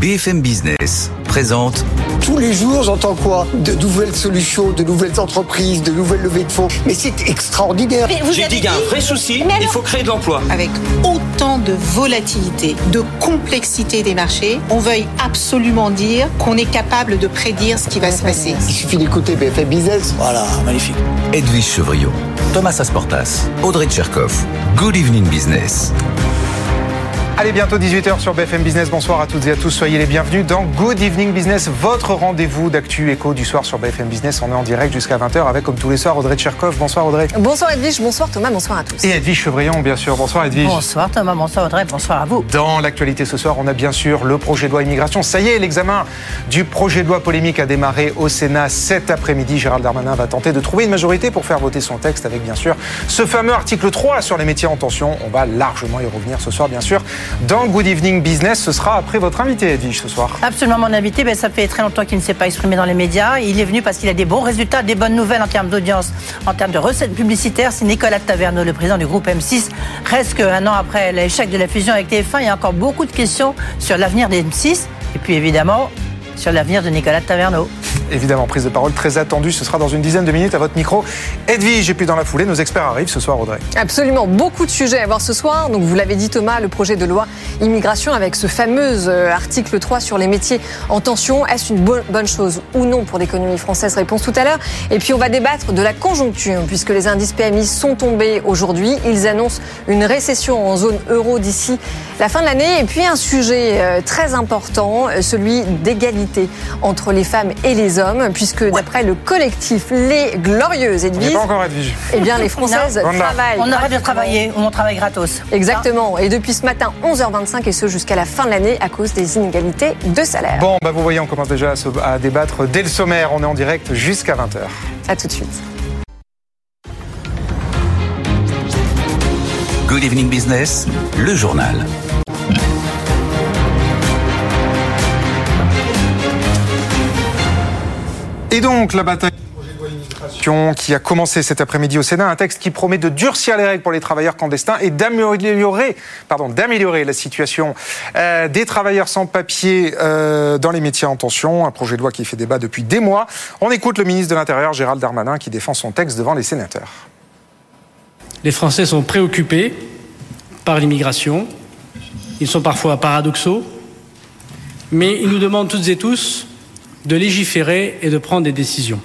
BFM Business présente. Tous les jours, j'entends quoi ? De nouvelles solutions, de nouvelles entreprises, de nouvelles levées de fonds. Mais c'est extraordinaire. J'ai dit qu'il y a un vrai souci, il faut créer de l'emploi. Avec autant de volatilité, de complexité des marchés, on veuille absolument dire qu'on est capable de prédire ce qui va se passer. Il suffit d'écouter BFM Business. Voilà, magnifique. Edwige Chevrillon, Thomas Asportas, Audrey Tcherkov. Good evening business. Allez, bientôt 18h sur BFM Business. Bonsoir à toutes et à tous. Soyez les bienvenus dans Good Evening Business, votre rendez-vous d'actu éco du soir sur BFM Business. On est en direct jusqu'à 20h avec, comme tous les soirs, Audrey Tcherkov. Bonsoir Audrey. Bonsoir Edwige, bonsoir Thomas, bonsoir à tous. Et Edwige Chevrillon, bien sûr. Bonsoir Edwige. Bonsoir Thomas, bonsoir Audrey, bonsoir à vous. Dans l'actualité ce soir, on a bien sûr le projet de loi immigration. Ça y est, l'examen du projet de loi polémique a démarré au Sénat cet après-midi. Gérald Darmanin va tenter de trouver une majorité pour faire voter son texte avec, bien sûr, ce fameux article 3 sur les métiers en tension. On va largement y revenir ce soir, bien sûr, dans Good Evening Business. Ce sera après votre invité, Edwige, ce soir. Absolument, mon invité, ça fait très longtemps qu'il ne s'est pas exprimé dans les médias. Il est venu parce qu'il a des bons résultats, des bonnes nouvelles en termes d'audience, en termes de recettes publicitaires. C'est Nicolas Taverneau, le président du groupe M6. Reste qu'un an après l'échec de la fusion avec TF1, il y a encore beaucoup de questions sur l'avenir des M6 et puis évidemment sur l'avenir de Nicolas Taverneau. Évidemment, prise de parole très attendue, ce sera dans une dizaine de minutes à votre micro. Edwige, et puis dans la foulée, nos experts arrivent ce soir, Audrey. Absolument, beaucoup de sujets à voir ce soir. Donc vous l'avez dit Thomas, le projet de loi immigration avec ce fameux article 3 sur les métiers en tension. Est-ce une bonne chose ou non pour l'économie française ? Réponse tout à l'heure. Et puis on va débattre de la conjoncture, puisque les indices PMI sont tombés aujourd'hui. Ils annoncent une récession en zone euro d'ici la fin de l'année. Et puis un sujet très important, celui d'égalité entre les femmes et les hommes, puisque d'après le collectif Les Glorieuses, Edwige, pas encore Edwige. Eh bien les Françaises travaillent. On arrête de travailler, on travaille gratos. Exactement. Et depuis ce matin, 11h25 et ce jusqu'à la fin de l'année à cause des inégalités de salaire. Bon, vous voyez, on commence déjà à débattre dès le sommaire. On est en direct jusqu'à 20h. À tout de suite. Good Evening Business, le journal. Et donc, la bataille du projet de loi immigration qui a commencé cet après-midi au Sénat, un texte qui promet de durcir les règles pour les travailleurs clandestins et d'améliorer la situation des travailleurs sans papier dans les métiers en tension. Un projet de loi qui fait débat depuis des mois. On écoute le ministre de l'Intérieur, Gérald Darmanin, qui défend son texte devant les sénateurs. Les Français sont préoccupés par l'immigration. Ils sont parfois paradoxaux, mais ils nous demandent toutes et tous de légiférer et de prendre des décisions.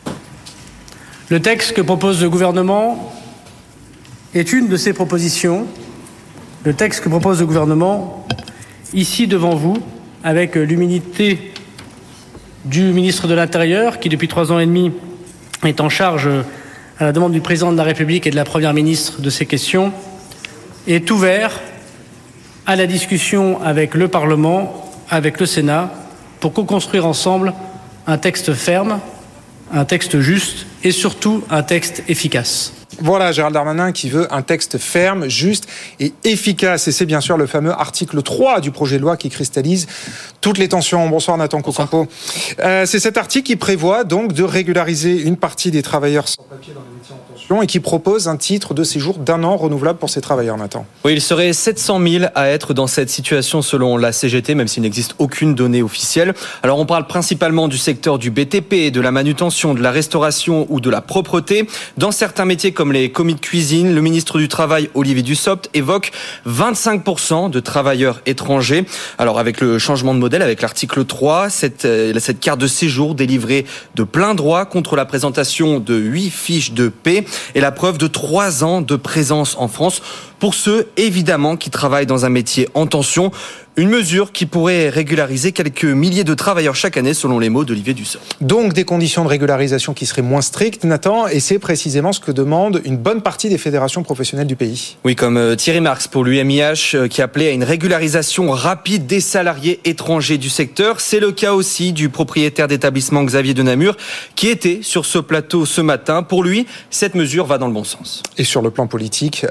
Le texte que propose le gouvernement est une de ces propositions. Le texte que propose le gouvernement, ici devant vous, avec l'humilité du ministre de l'Intérieur, qui depuis 3 ans et demi est en charge, à la demande du président de la République et de la Première ministre, de ces questions, est ouvert à la discussion avec le Parlement, avec le Sénat, pour co-construire ensemble un texte ferme, un texte juste et surtout un texte efficace. Voilà, Gérald Darmanin qui veut un texte ferme, juste et efficace. Et c'est bien sûr le fameux article 3 du projet de loi qui cristallise toutes les tensions. Bonsoir Nathan Cocampo. C'est cet article qui prévoit donc de régulariser une partie des travailleurs sans papier dans les métiers en tension et qui propose un titre de séjour d'1 an renouvelable pour ces travailleurs, Nathan. Oui, il serait 700 000 à être dans cette situation selon la CGT, même s'il n'existe aucune donnée officielle. Alors on parle principalement du secteur du BTP, de la manutention, de la restauration ou de la propreté. Dans certains métiers comme les commis de cuisine, le ministre du Travail, Olivier Dussopt, évoque 25% de travailleurs étrangers. Alors avec le changement de modèle, avec l'article 3, cette carte de séjour délivrée de plein droit contre la présentation de 8 fiches de paix et la preuve de 3 ans de présence en France pour ceux, évidemment, qui travaillent dans un métier en tension. Une mesure qui pourrait régulariser quelques milliers de travailleurs chaque année, selon les mots d'Olivier Dussopt. Donc des conditions de régularisation qui seraient moins strictes, Nathan, et c'est précisément ce que demande une bonne partie des fédérations professionnelles du pays. Oui, comme Thierry Marx pour l'UMIH, qui appelait à une régularisation rapide des salariés étrangers du secteur. C'est le cas aussi du propriétaire d'établissement Xavier de Namur, qui était sur ce plateau ce matin. Pour lui, cette mesure va dans le bon sens. Et sur le plan politique...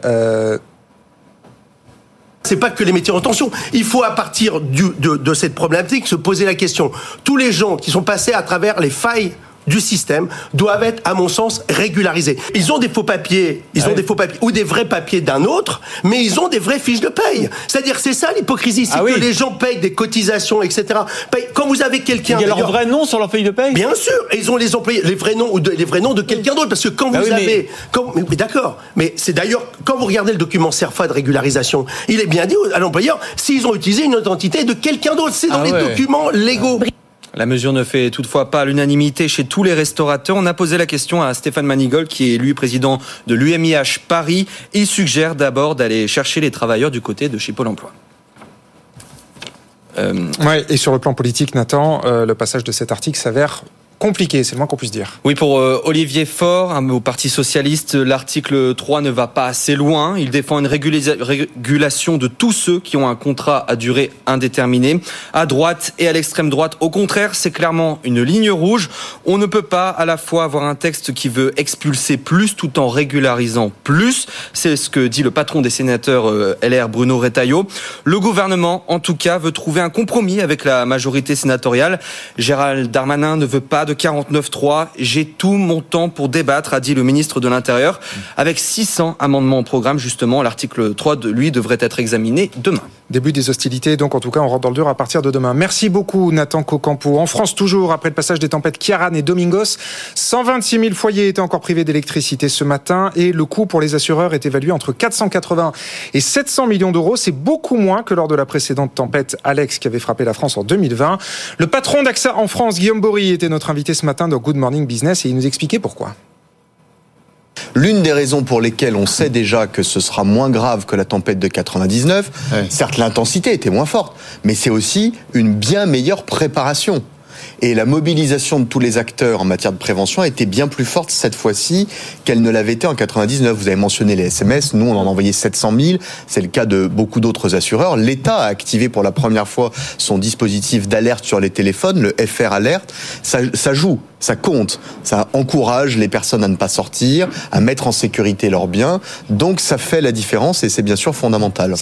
C'est pas que les métiers en tension. Il faut, à partir de cette problématique, se poser la question. Tous les gens qui sont passés à travers les failles du système doivent être, à mon sens, régularisés. Ils ont des faux papiers, ou des vrais papiers d'un autre, mais ils ont des vraies fiches de paye. C'est-à-dire, c'est ça l'hypocrisie, c'est que les gens payent des cotisations, etc. Quand vous avez quelqu'un... Il y a leur vrai nom sur leur feuille de paye ? Bien sûr, et ils ont les employés, les vrais noms de quelqu'un d'autre, parce que quand vous avez... Mais d'accord, mais c'est d'ailleurs, quand vous regardez le document CERFA de régularisation, il est bien dit à l'employeur s'ils ont utilisé une identité de quelqu'un d'autre. C'est dans les documents légaux. La mesure ne fait toutefois pas l'unanimité chez tous les restaurateurs. On a posé la question à Stéphane Manigold, qui est lui président de l'UMIH Paris. Il suggère d'abord d'aller chercher les travailleurs du côté de chez Pôle emploi. Ouais, et sur le plan politique, Nathan, le passage de cet article s'avère compliqué, c'est le moins qu'on puisse dire. Oui, pour Olivier Faure, au Parti Socialiste, l'article 3 ne va pas assez loin. Il défend une régulation de tous ceux qui ont un contrat à durée indéterminée. À droite et à l'extrême droite, au contraire, c'est clairement une ligne rouge. On ne peut pas à la fois avoir un texte qui veut expulser plus tout en régularisant plus. C'est ce que dit le patron des sénateurs LR, Bruno Retailleau. Le gouvernement, en tout cas, veut trouver un compromis avec la majorité sénatoriale. Gérald Darmanin ne veut pas de 49.3. J'ai tout mon temps pour débattre, a dit le ministre de l'Intérieur. Avec 600 amendements au programme, justement, l'article 3, lui, devrait être examiné demain. Début des hostilités, donc en tout cas, on rentre dans le dur à partir de demain. Merci beaucoup, Nathan Cocampo. En France, toujours, après le passage des tempêtes Kiaran et Domingos, 126 000 foyers étaient encore privés d'électricité ce matin et le coût pour les assureurs est évalué entre 480 et 700 millions d'euros. C'est beaucoup moins que lors de la précédente tempête Alex qui avait frappé la France en 2020. Le patron d'AXA en France, Guillaume Bory, était notre invité ce matin dans Good Morning Business et il nous expliquait pourquoi. L'une des raisons pour lesquelles on sait déjà que ce sera moins grave que la tempête de 99, certes l'intensité était moins forte, mais c'est aussi une bien meilleure préparation. Et la mobilisation de tous les acteurs en matière de prévention a été bien plus forte cette fois-ci qu'elle ne l'avait été en 99. Vous avez mentionné les SMS, nous on en a envoyé 700 000, c'est le cas de beaucoup d'autres assureurs. L'État a activé pour la première fois son dispositif d'alerte sur les téléphones, le FR Alert. Ça joue, ça compte, ça encourage les personnes à ne pas sortir, à mettre en sécurité leurs biens. Donc ça fait la différence et c'est bien sûr fondamental.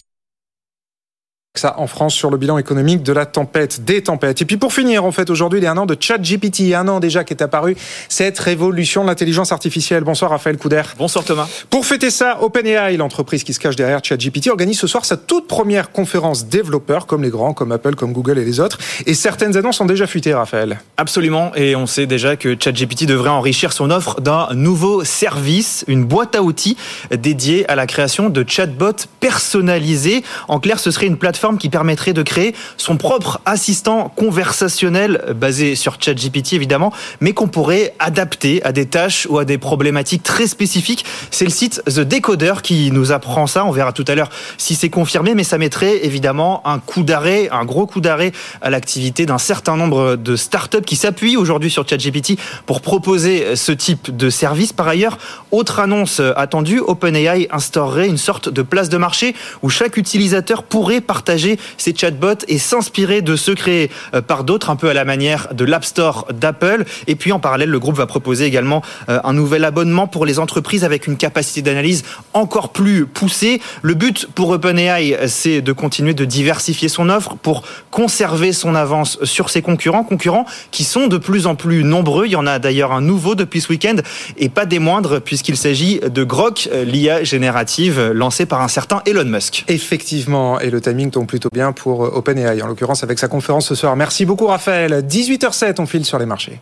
Ça en France sur le bilan économique de la tempête, des tempêtes. Et puis pour finir, en fait, aujourd'hui, il y a un an de ChatGPT, il y a un an déjà qu'est apparue cette révolution de l'intelligence artificielle. Bonsoir Raphaël Couder. Bonsoir Thomas. Pour fêter ça, OpenAI, l'entreprise qui se cache derrière ChatGPT, organise ce soir sa toute première conférence développeurs, comme les grands, comme Apple, comme Google et les autres. Et certaines annonces ont déjà fuité, Raphaël. Absolument, et on sait déjà que ChatGPT devrait enrichir son offre d'un nouveau service, une boîte à outils dédiée à la création de chatbots personnalisés. En clair, ce serait une plateforme qui permettrait de créer son propre assistant conversationnel basé sur ChatGPT évidemment, mais qu'on pourrait adapter à des tâches ou à des problématiques très spécifiques. C'est le site The Decoder qui nous apprend ça. On verra tout à l'heure si c'est confirmé, mais ça mettrait évidemment un gros coup d'arrêt à l'activité d'un certain nombre de startups qui s'appuient aujourd'hui sur ChatGPT pour proposer ce type de service. Par ailleurs, autre annonce attendue, OpenAI instaurerait une sorte de place de marché où chaque utilisateur pourrait partager ces chatbots et s'inspirer de ceux créés par d'autres, un peu à la manière de l'App Store d'Apple. Et puis en parallèle, le groupe va proposer également un nouvel abonnement pour les entreprises avec une capacité d'analyse encore plus poussée. Le but pour OpenAI, c'est de continuer de diversifier son offre pour conserver son avance sur ses concurrents qui sont de plus en plus nombreux. Il y en a d'ailleurs un nouveau depuis ce week-end et pas des moindres puisqu'il s'agit de Grok, l'IA générative lancée par un certain Elon Musk. Effectivement, et le timing tombe plutôt bien pour OpenAI, en l'occurrence avec sa conférence ce soir. Merci beaucoup Raphaël. 18h07, on file sur les marchés.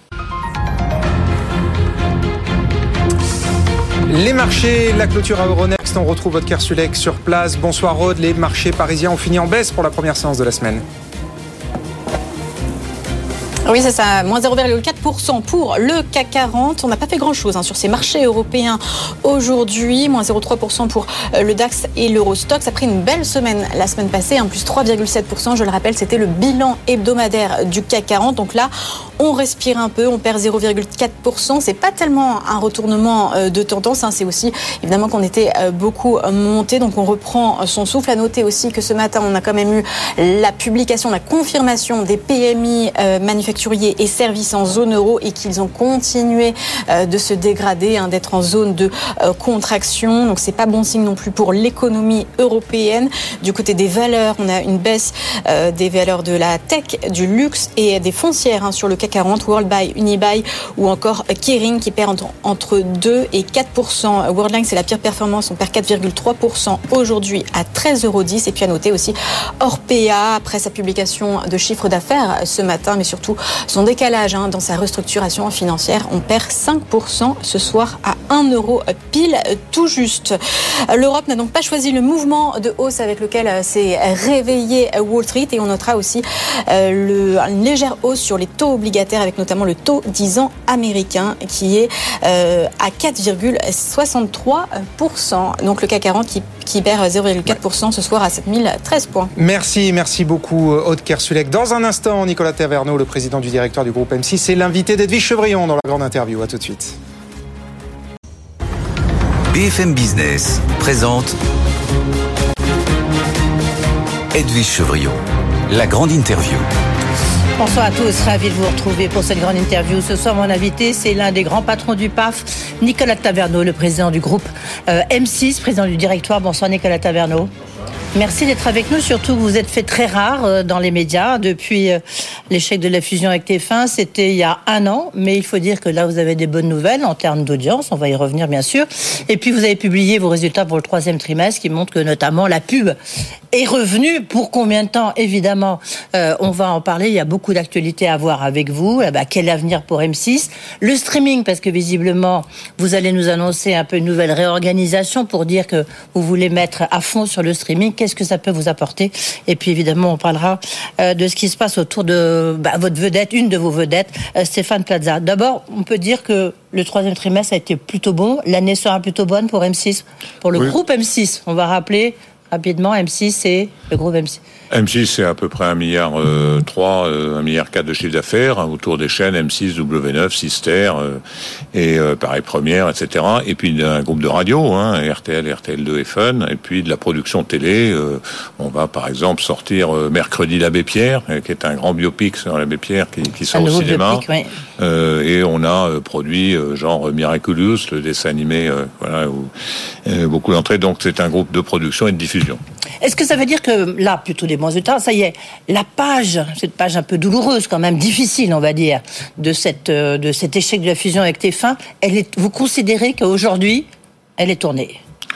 Les marchés, la clôture à Euronext, on retrouve votre Kersulek sur place. Bonsoir Aude, les marchés parisiens ont fini en baisse pour la première séance de la semaine. Oui, c'est ça, moins 0,4% pour le CAC 40. On n'a pas fait grand-chose sur ces marchés européens aujourd'hui. Moins 0,3% pour le DAX et l'Eurostoxx. Après une belle semaine la semaine passée, plus 3,7%. Je le rappelle, c'était le bilan hebdomadaire du CAC 40. Donc là, on respire un peu, on perd 0,4%. C'est pas tellement un retournement de tendance. C'est aussi, évidemment, qu'on était beaucoup monté. Donc on reprend son souffle. À noter aussi que ce matin, on a quand même eu la publication, la confirmation des PMI manufacturiers manufacturiers et services en zone euro et qu'ils ont continué de se dégrader, d'être en zone de contraction. Donc c'est pas bon signe non plus pour l'économie européenne. Du côté des valeurs, on a une baisse des valeurs de la tech, du luxe et des foncières sur le CAC 40, Worldbuy, Unibail ou encore Kering qui perd entre 2 et 4%. Worldline, c'est la pire performance, on perd 4,3% aujourd'hui à 13,10 €. Et puis à noter aussi Orpea, après sa publication de chiffre d'affaires ce matin, mais surtout son décalage dans sa restructuration financière. On perd 5% ce soir à 1 € pile tout juste. L'Europe n'a donc pas choisi le mouvement de hausse avec lequel s'est réveillé Wall Street et on notera aussi une légère hausse sur les taux obligataires avec notamment le taux 10 ans américain qui est à 4,63%. Donc le CAC 40 qui perd 0,4% ce soir à 7013 points. Merci beaucoup Aude Kersulek. Dans un instant, Nicolas Taverneau, le président du directoire du groupe M6, c'est l'invité d'Edwige Chevrillon dans la grande interview. À tout de suite. BFM Business présente Edwige Chevrillon, la grande interview. Bonsoir à tous, ravi de vous retrouver pour cette grande interview. Ce soir, mon invité, c'est l'un des grands patrons du PAF, Nicolas Taverneau, le président du groupe M6, président du directoire. Bonsoir Nicolas Taverneau. Merci d'être avec nous, surtout que vous êtes fait très rare dans les médias depuis l'échec de la fusion avec TF1. C'était il y a 1 an, mais il faut dire que là, vous avez des bonnes nouvelles en termes d'audience. On va y revenir, bien sûr. Et puis, vous avez publié vos résultats pour le 3e trimestre qui montrent que, notamment, la pub est revenue. Pour combien de temps, évidemment, on va en parler. Il y a beaucoup d'actualités à voir avec vous. Quel avenir pour M6 ? Le streaming, parce que visiblement, vous allez nous annoncer un peu une nouvelle réorganisation pour dire que vous voulez mettre à fond sur le streaming. Qu'est-ce que ça peut vous apporter ? Et puis évidemment, on parlera de ce qui se passe autour de votre vedette, une de vos vedettes, Stéphane Plaza. D'abord, on peut dire que le 3e trimestre a été plutôt bon. L'année sera plutôt bonne pour M6, pour le groupe M6. On va rappeler rapidement, M6, c'est le groupe M6. M6, c'est à peu près 1,3 milliard, 1,4 milliard de chiffre d'affaires autour des chaînes M6, W9, Sister et Paris Première, etc. Et puis un groupe de radio, RTL, RTL2 et Fun. Et puis de la production télé. On va par exemple sortir mercredi l'Abbé Pierre, qui est un grand biopic sur l'Abbé Pierre qui sort au cinéma. Biopic, oui. Et on a produit genre Miraculous, le dessin animé, où beaucoup d'entrées. Donc c'est un groupe de production et de diffusion. Est-ce que ça veut dire que là, plutôt les mois de temps, ça y est, cette page un peu douloureuse, quand même difficile, on va dire, de cet échec de la fusion avec TF1, vous considérez qu'aujourd'hui, elle est tournée ?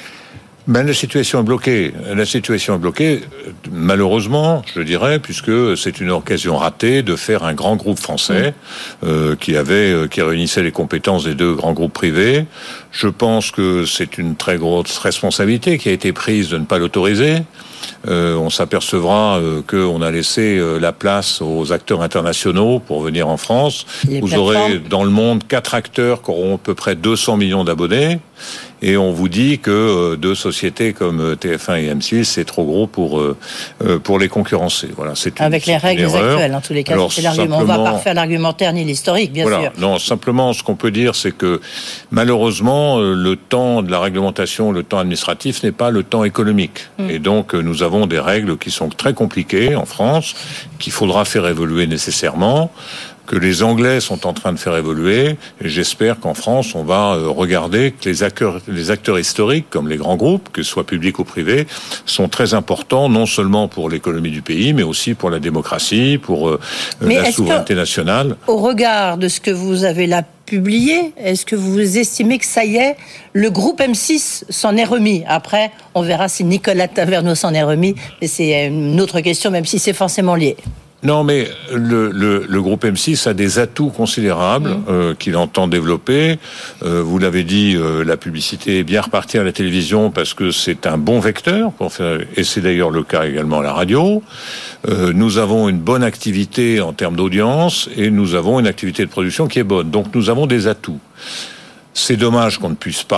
La situation est bloquée. La situation est bloquée, malheureusement, je dirais, puisque c'est une occasion ratée de faire un grand groupe français qui réunissait les compétences des 2 grands groupes privés. Je pense que c'est une très grosse responsabilité qui a été prise de ne pas l'autoriser. On s'apercevra qu'on a laissé la place aux acteurs internationaux pour venir en France. Vous aurez dans le monde 4 acteurs qui auront à peu près 200 millions d'abonnés. Et on vous dit que 2 sociétés comme TF1 et M6, c'est trop gros pour les concurrencer. Voilà, avec les règles actuelles, en tous les cas. Alors, c'est l'argument. On ne va pas refaire l'argumentaire ni l'historique, bien sûr. Non, simplement, ce qu'on peut dire, c'est que malheureusement, le temps de la réglementation, le temps administratif n'est pas le temps économique. Et donc, nous avons des règles qui sont très compliquées en France, qu'il faudra faire évoluer nécessairement, que les Anglais sont en train de faire évoluer, et j'espère qu'en France, on va regarder que les acteurs historiques, comme les grands groupes, que ce soit publics ou privés, sont très importants, non seulement pour l'économie du pays, mais aussi pour la démocratie, pour la souveraineté nationale. Au regard de ce que vous avez là publié, est-ce que vous estimez que ça y est, le groupe M6 s'en est remis ? Après, on verra si Nicolas Taverneau s'en est remis, mais c'est une autre question, même si c'est forcément lié. Non, mais le groupe M6 a des atouts considérables qu'il entend développer. Vous l'avez dit, la publicité est bien repartie à la télévision parce que c'est un bon vecteur pour faire, et c'est d'ailleurs le cas également à la radio. Nous avons une bonne activité en termes d'audience et nous avons une activité de production qui est bonne. Donc nous avons des atouts. C'est dommage qu'on ne puisse pas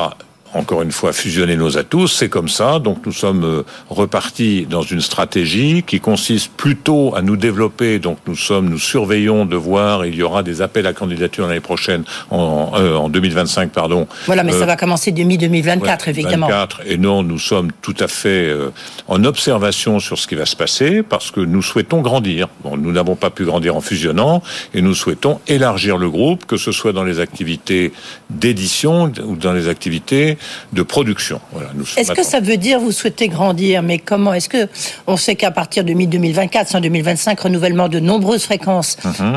encore une fois, fusionner nos atouts, c'est comme ça. Donc nous sommes repartis dans une stratégie qui consiste plutôt à nous développer. Donc nous surveillons de voir, il y aura des appels à candidature l'année prochaine, en 2025, pardon. Voilà, mais ça va commencer dès mi-2024, évidemment. 2024, et non, nous sommes tout à fait en observation sur ce qui va se passer, parce que nous souhaitons grandir. Bon, nous n'avons pas pu grandir en fusionnant, et nous souhaitons élargir le groupe, que ce soit dans les activités d'édition ou dans les activités de production. Voilà, est-ce que ça veut dire vous souhaitez grandir, mais comment? Est-ce que on sait qu'à partir de mi-2024, c'est en 2025, renouvellement de nombreuses fréquences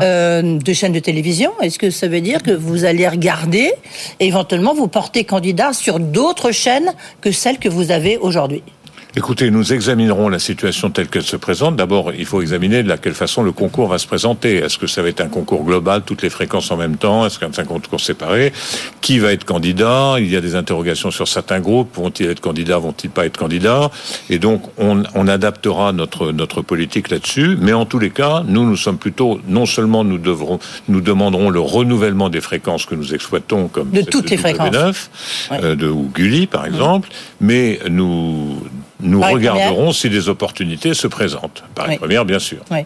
de chaînes de télévision. Est-ce que ça veut dire que vous allez regarder et éventuellement vous porter candidat sur d'autres chaînes que celles que vous avez aujourd'hui? Écoutez, nous examinerons la situation telle qu'elle se présente. D'abord, il faut examiner de quelle façon le concours va se présenter. Est-ce que ça va être un concours global, toutes les fréquences en même temps? Est-ce qu'un concours séparé? Qui va être candidat? Il y a des interrogations sur certains groupes. Vont-ils être candidats? Vont-ils pas être candidats? Et donc, on adaptera notre politique là-dessus. Mais en tous les cas, nous sommes plutôt, non seulement nous demanderons le renouvellement des fréquences que nous exploitons, comme de toutes les fréquences, ou Gulli, par exemple, mais nous regarderons si des opportunités se présentent. Paris Première, bien sûr. Oui.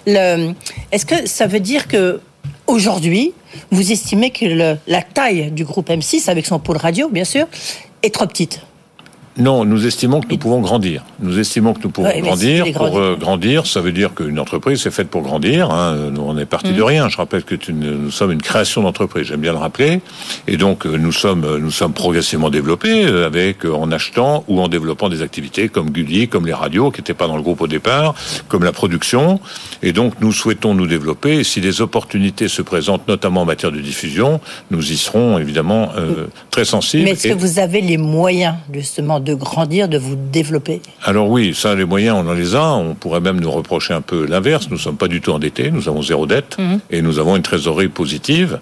Est-ce que ça veut dire que aujourd'hui, vous estimez que la taille du groupe M6, avec son pôle radio, bien sûr, est trop petite? Non, nous estimons que nous pouvons grandir. Nous estimons que nous pouvons grandir. Pour grandir, ça veut dire qu'une entreprise est faite pour grandir. Nous, on est parti de rien. Je rappelle que nous sommes une création d'entreprise. J'aime bien le rappeler. Et donc, nous sommes progressivement développés en achetant ou en développant des activités comme Gulli, comme les radios, qui n'étaient pas dans le groupe au départ, comme la production. Et donc, nous souhaitons nous développer. Et si des opportunités se présentent, notamment en matière de diffusion, nous y serons évidemment très sensibles. Mais est-ce que vous avez les moyens, justement, de grandir, de vous développer? Alors oui, ça, les moyens, on en les a. On pourrait même nous reprocher un peu l'inverse. Nous ne sommes pas du tout endettés. Nous avons 0 dette. Et nous avons une trésorerie positive.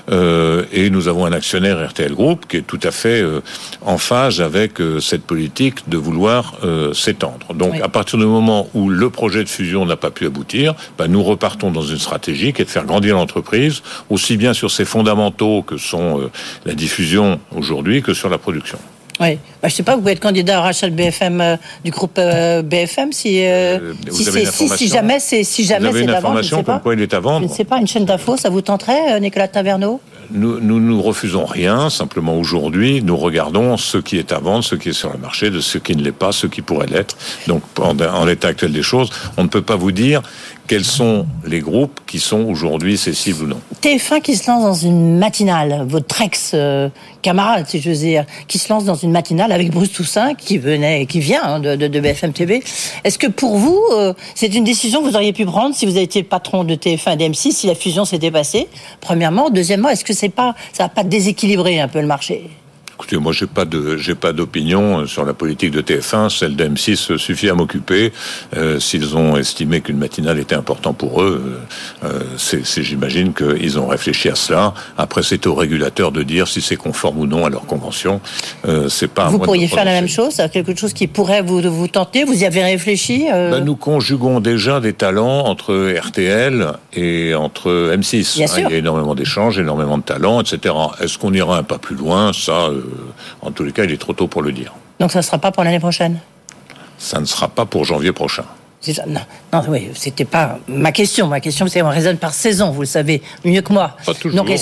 Et nous avons un actionnaire RTL Group qui est tout à fait en phase avec cette politique de vouloir s'étendre. Donc, à partir du moment où le projet de fusion n'a pas pu aboutir, nous repartons dans une stratégie qui est de faire grandir l'entreprise, aussi bien sur ses fondamentaux que sont la diffusion aujourd'hui que sur la production. Oui, je ne sais pas, vous pouvez être candidat à rachat de BFM, du groupe BFM, si jamais c'est une information comme quoi il est à vendre. Je ne sais pas, une chaîne d'infos, ça vous tenterait, Nicolas Taverneau? Nous refusons rien. Simplement aujourd'hui, nous regardons ce qui est à vendre, ce qui est sur le marché, de ce qui ne l'est pas, ce qui pourrait l'être. Donc, en l'état actuel des choses, on ne peut pas vous dire quels sont les groupes qui sont aujourd'hui cessibles ou non. TF1 qui se lance dans une matinale, votre ex-camarade, si j'ose dire, qui se lance dans une matinale avec Bruce Toussaint, qui vient de BFM TV. Est-ce que pour vous, c'est une décision que vous auriez pu prendre si vous aviez été le patron de TF1 et d'M6, si la fusion s'était passée? Premièrement. Deuxièmement, est-ce que ça va pas déséquilibrer un peu le marché? Écoutez, moi, j'ai pas d'opinion sur la politique de TF1. Celle d'M6 suffit à m'occuper. S'ils ont estimé qu'une matinale était importante pour eux, j'imagine qu'ils ont réfléchi à cela. Après, c'est au régulateur de dire si c'est conforme ou non à leur convention. C'est pas. Vous pourriez faire la même chose, quelque chose qui pourrait vous tenter. Vous y avez réfléchi? Nous conjuguons déjà des talents entre RTL et entre M6. Bien sûr. Il y a énormément d'échanges, énormément de talents, etc. Est-ce qu'on ira un pas plus loin? Ça. En tous les cas, il est trop tôt pour le dire. Donc ça ne sera pas pour l'année prochaine? Ça ne sera pas pour janvier prochain. C'est ça. Non, oui, c'était pas ma question. Ma question, c'est on raisonne par saison, vous le savez mieux que moi. Pas toujours. Donc,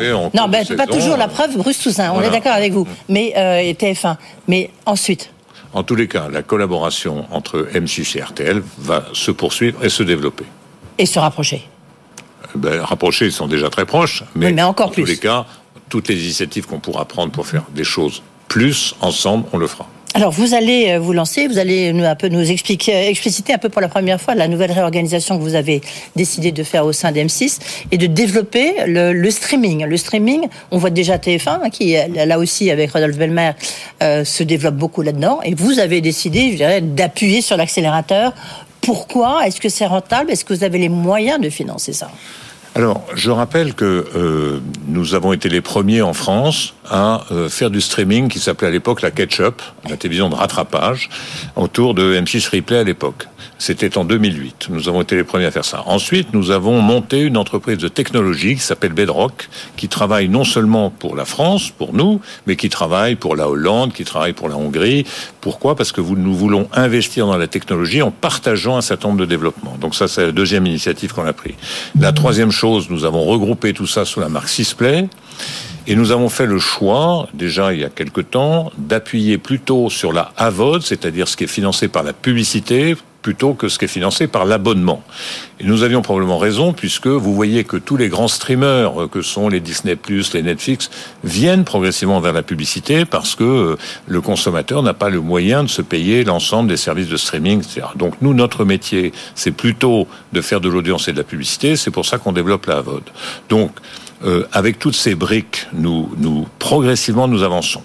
pas toujours. La preuve, Bruce Toussaint, on est d'accord avec vous. Mais et TF1. Mais ensuite. En tous les cas, la collaboration entre M6 et RTL va se poursuivre et se développer. Et se rapprocher. Rapprocher, ils sont déjà très proches. Mais encore plus. En tous les cas, toutes les initiatives qu'on pourra prendre pour faire des choses plus ensemble, on le fera. Alors, vous allez vous lancer, vous allez un peu nous expliciter un peu pour la première fois la nouvelle réorganisation que vous avez décidé de faire au sein d'M6 et de développer le streaming. Le streaming, on voit déjà TF1 qui, là aussi, avec Rodolphe Belmer, se développe beaucoup là-dedans. Et vous avez décidé, je dirais, d'appuyer sur l'accélérateur. Pourquoi? Est-ce que c'est rentable? Est-ce que vous avez les moyens de financer ça? Alors, je rappelle que nous avons été les premiers en France à faire du streaming qui s'appelait à l'époque la catch-up, la télévision de rattrapage, autour de M6 Replay à l'époque. C'était en 2008. Nous avons été les premiers à faire ça. Ensuite, nous avons monté une entreprise de technologie qui s'appelle Bedrock, qui travaille non seulement pour la France, pour nous, mais qui travaille pour la Hollande, qui travaille pour la Hongrie. Pourquoi ? Parce que nous voulons investir dans la technologie en partageant un certain nombre de développements. Donc ça, c'est la deuxième initiative qu'on a prise. La troisième chose, nous avons regroupé tout ça sous la marque Sisplay. Et nous avons fait le choix, déjà il y a quelque temps, d'appuyer plutôt sur la AVOD, c'est-à-dire ce qui est financé par la publicité, plutôt que ce qui est financé par l'abonnement. Et nous avions probablement raison, puisque vous voyez que tous les grands streamers, que sont les Disney+, les Netflix, viennent progressivement vers la publicité, parce que le consommateur n'a pas le moyen de se payer l'ensemble des services de streaming, etc. Donc nous, notre métier, c'est plutôt de faire de l'audience et de la publicité, c'est pour ça qu'on développe la AVOD. Donc, avec toutes ces briques, nous progressivement nous avançons.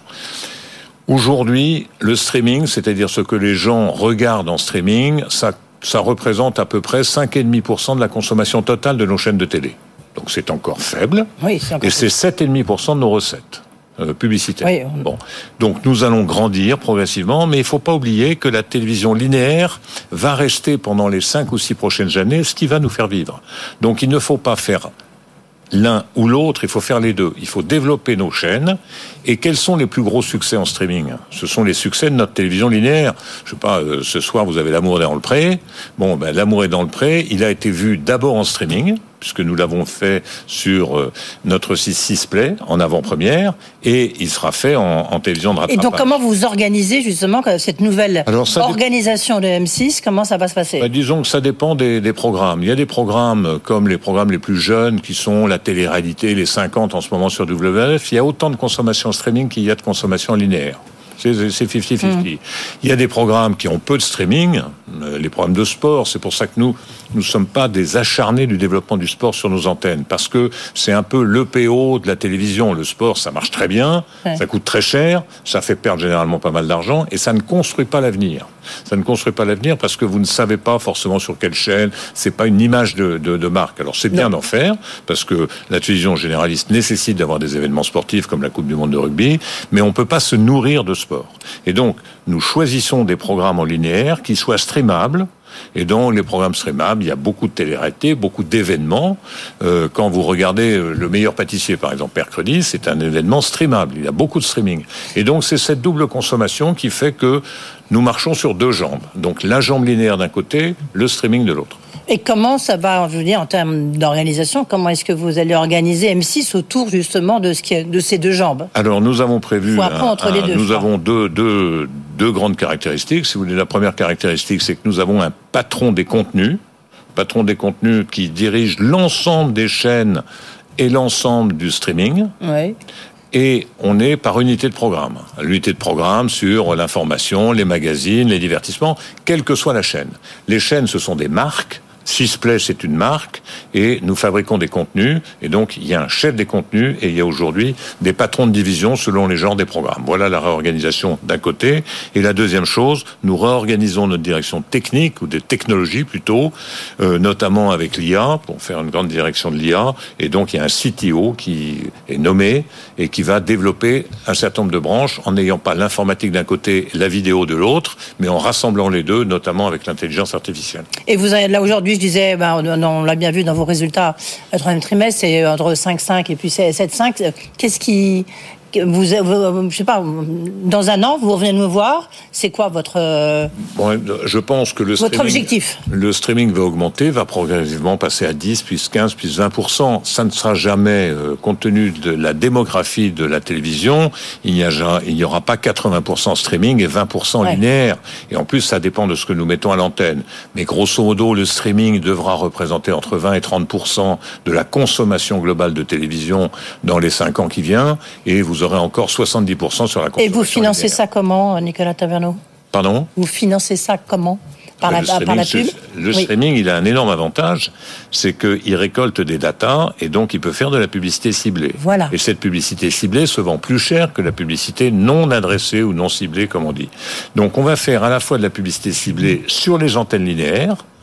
Aujourd'hui, le streaming, c'est-à-dire ce que les gens regardent en streaming, ça représente à peu près 5,5% de la consommation totale de nos chaînes de télé. Donc c'est encore faible. Oui, c'est encore et c'est 7,5% de nos recettes publicitaires. Oui, Bon. Donc nous allons grandir progressivement, mais il ne faut pas oublier que la télévision linéaire va rester pendant les 5 ou 6 prochaines années ce qui va nous faire vivre. Donc il ne faut pas faire l'un ou l'autre, il faut faire les deux. Il faut développer nos chaînes. Et quels sont les plus gros succès en streaming ? Ce sont les succès de notre télévision linéaire. Je sais pas, ce soir vous avez L'amour est dans le pré. Bon, L'amour est dans le pré, il a été vu d'abord en streaming, puisque nous l'avons fait sur notre site Sisplay en avant-première, et il sera fait en télévision de rattrapage. Et donc comment vous organisez justement cette nouvelle organisation de M6 ? Comment ça va se passer ? Disons que ça dépend des programmes. Il y a des programmes comme les programmes les plus jeunes qui sont la télé-réalité, les 50 en ce moment sur WF. Il y a autant de consommation streaming qu'il y a de consommation linéaire. C'est 50-50. Il y a des programmes qui ont peu de streaming, les programmes de sport. C'est pour ça que nous ne sommes pas des acharnés du développement du sport sur nos antennes, parce que c'est un peu l'EPO de la télévision. Le sport, ça marche très bien, ça coûte très cher, ça fait perdre généralement pas mal d'argent, et ça ne construit pas l'avenir. Ça ne construit pas l'avenir parce que vous ne savez pas forcément sur quelle chaîne, c'est pas une image de marque. Alors c'est bien d'en faire, parce que la télévision généraliste nécessite d'avoir des événements sportifs comme la Coupe du Monde de rugby, mais on peut pas se nourrir de sport. Et donc, nous choisissons des programmes en linéaire qui soient streamables. Et dans les programmes streamables, il y a beaucoup de télé-réalité, beaucoup d'événements. Quand vous regardez Le meilleur pâtissier, par exemple, mercredi, c'est un événement streamable. Il y a beaucoup de streaming. Et donc, c'est cette double consommation qui fait que nous marchons sur deux jambes. Donc, la jambe linéaire d'un côté, le streaming de l'autre. Et comment ça va, je veux dire, en termes d'organisation, comment est-ce que vous allez organiser M6 autour justement de ces deux jambes ? Alors nous avons prévu, nous avons deux grandes caractéristiques. Si vous voulez, la première caractéristique, c'est que nous avons un patron des contenus qui dirige l'ensemble des chaînes et l'ensemble du streaming. Oui. Et on est par unité de programme. L'unité de programme sur l'information, les magazines, les divertissements, quelle que soit la chaîne. Les chaînes, ce sont des marques. Sisplay, c'est une marque, et nous fabriquons des contenus, et donc il y a un chef des contenus, et il y a aujourd'hui des patrons de division selon les genres des programmes. Voilà la réorganisation d'un côté. Et la deuxième chose, nous réorganisons notre direction technique, ou des technologies plutôt, notamment avec l'IA, pour faire une grande direction de l'IA, et donc il y a un CTO qui est nommé, et qui va développer un certain nombre de branches, en n'ayant pas l'informatique d'un côté, la vidéo de l'autre, mais en rassemblant les deux, notamment avec l'intelligence artificielle. Et vous avez, là aujourd'hui, je disais, on l'a bien vu dans vos résultats, le troisième trimestre, c'est entre 5,5 et puis 7,5. Qu'est-ce qui... je sais pas, dans un an, vous revenez me voir, c'est quoi votre... je pense que votre objectif. Le streaming va augmenter, va progressivement passer à 10, puis 15, puis 20%. Ça ne sera jamais, compte tenu de la démographie de la télévision, il n'y aura pas 80% streaming et 20% linéaire. Et en plus, ça dépend de ce que nous mettons à l'antenne. Mais grosso modo, le streaming devra représenter entre 20 et 30% de la consommation globale de télévision dans les 5 ans qui viennent, et vous aurez encore 70% sur la consommation. Et vous financez linéaire. Ça comment, Nicolas Taverneau ? Pardon ? Vous financez ça comment ? Par la pub ? Le streaming, il a un énorme avantage, c'est qu'il récolte des datas et donc il peut faire de la publicité ciblée. Voilà. Et cette publicité ciblée se vend plus cher que la publicité non adressée ou non ciblée, comme on dit. Donc on va faire à la fois de la publicité ciblée sur les antennes linéaires,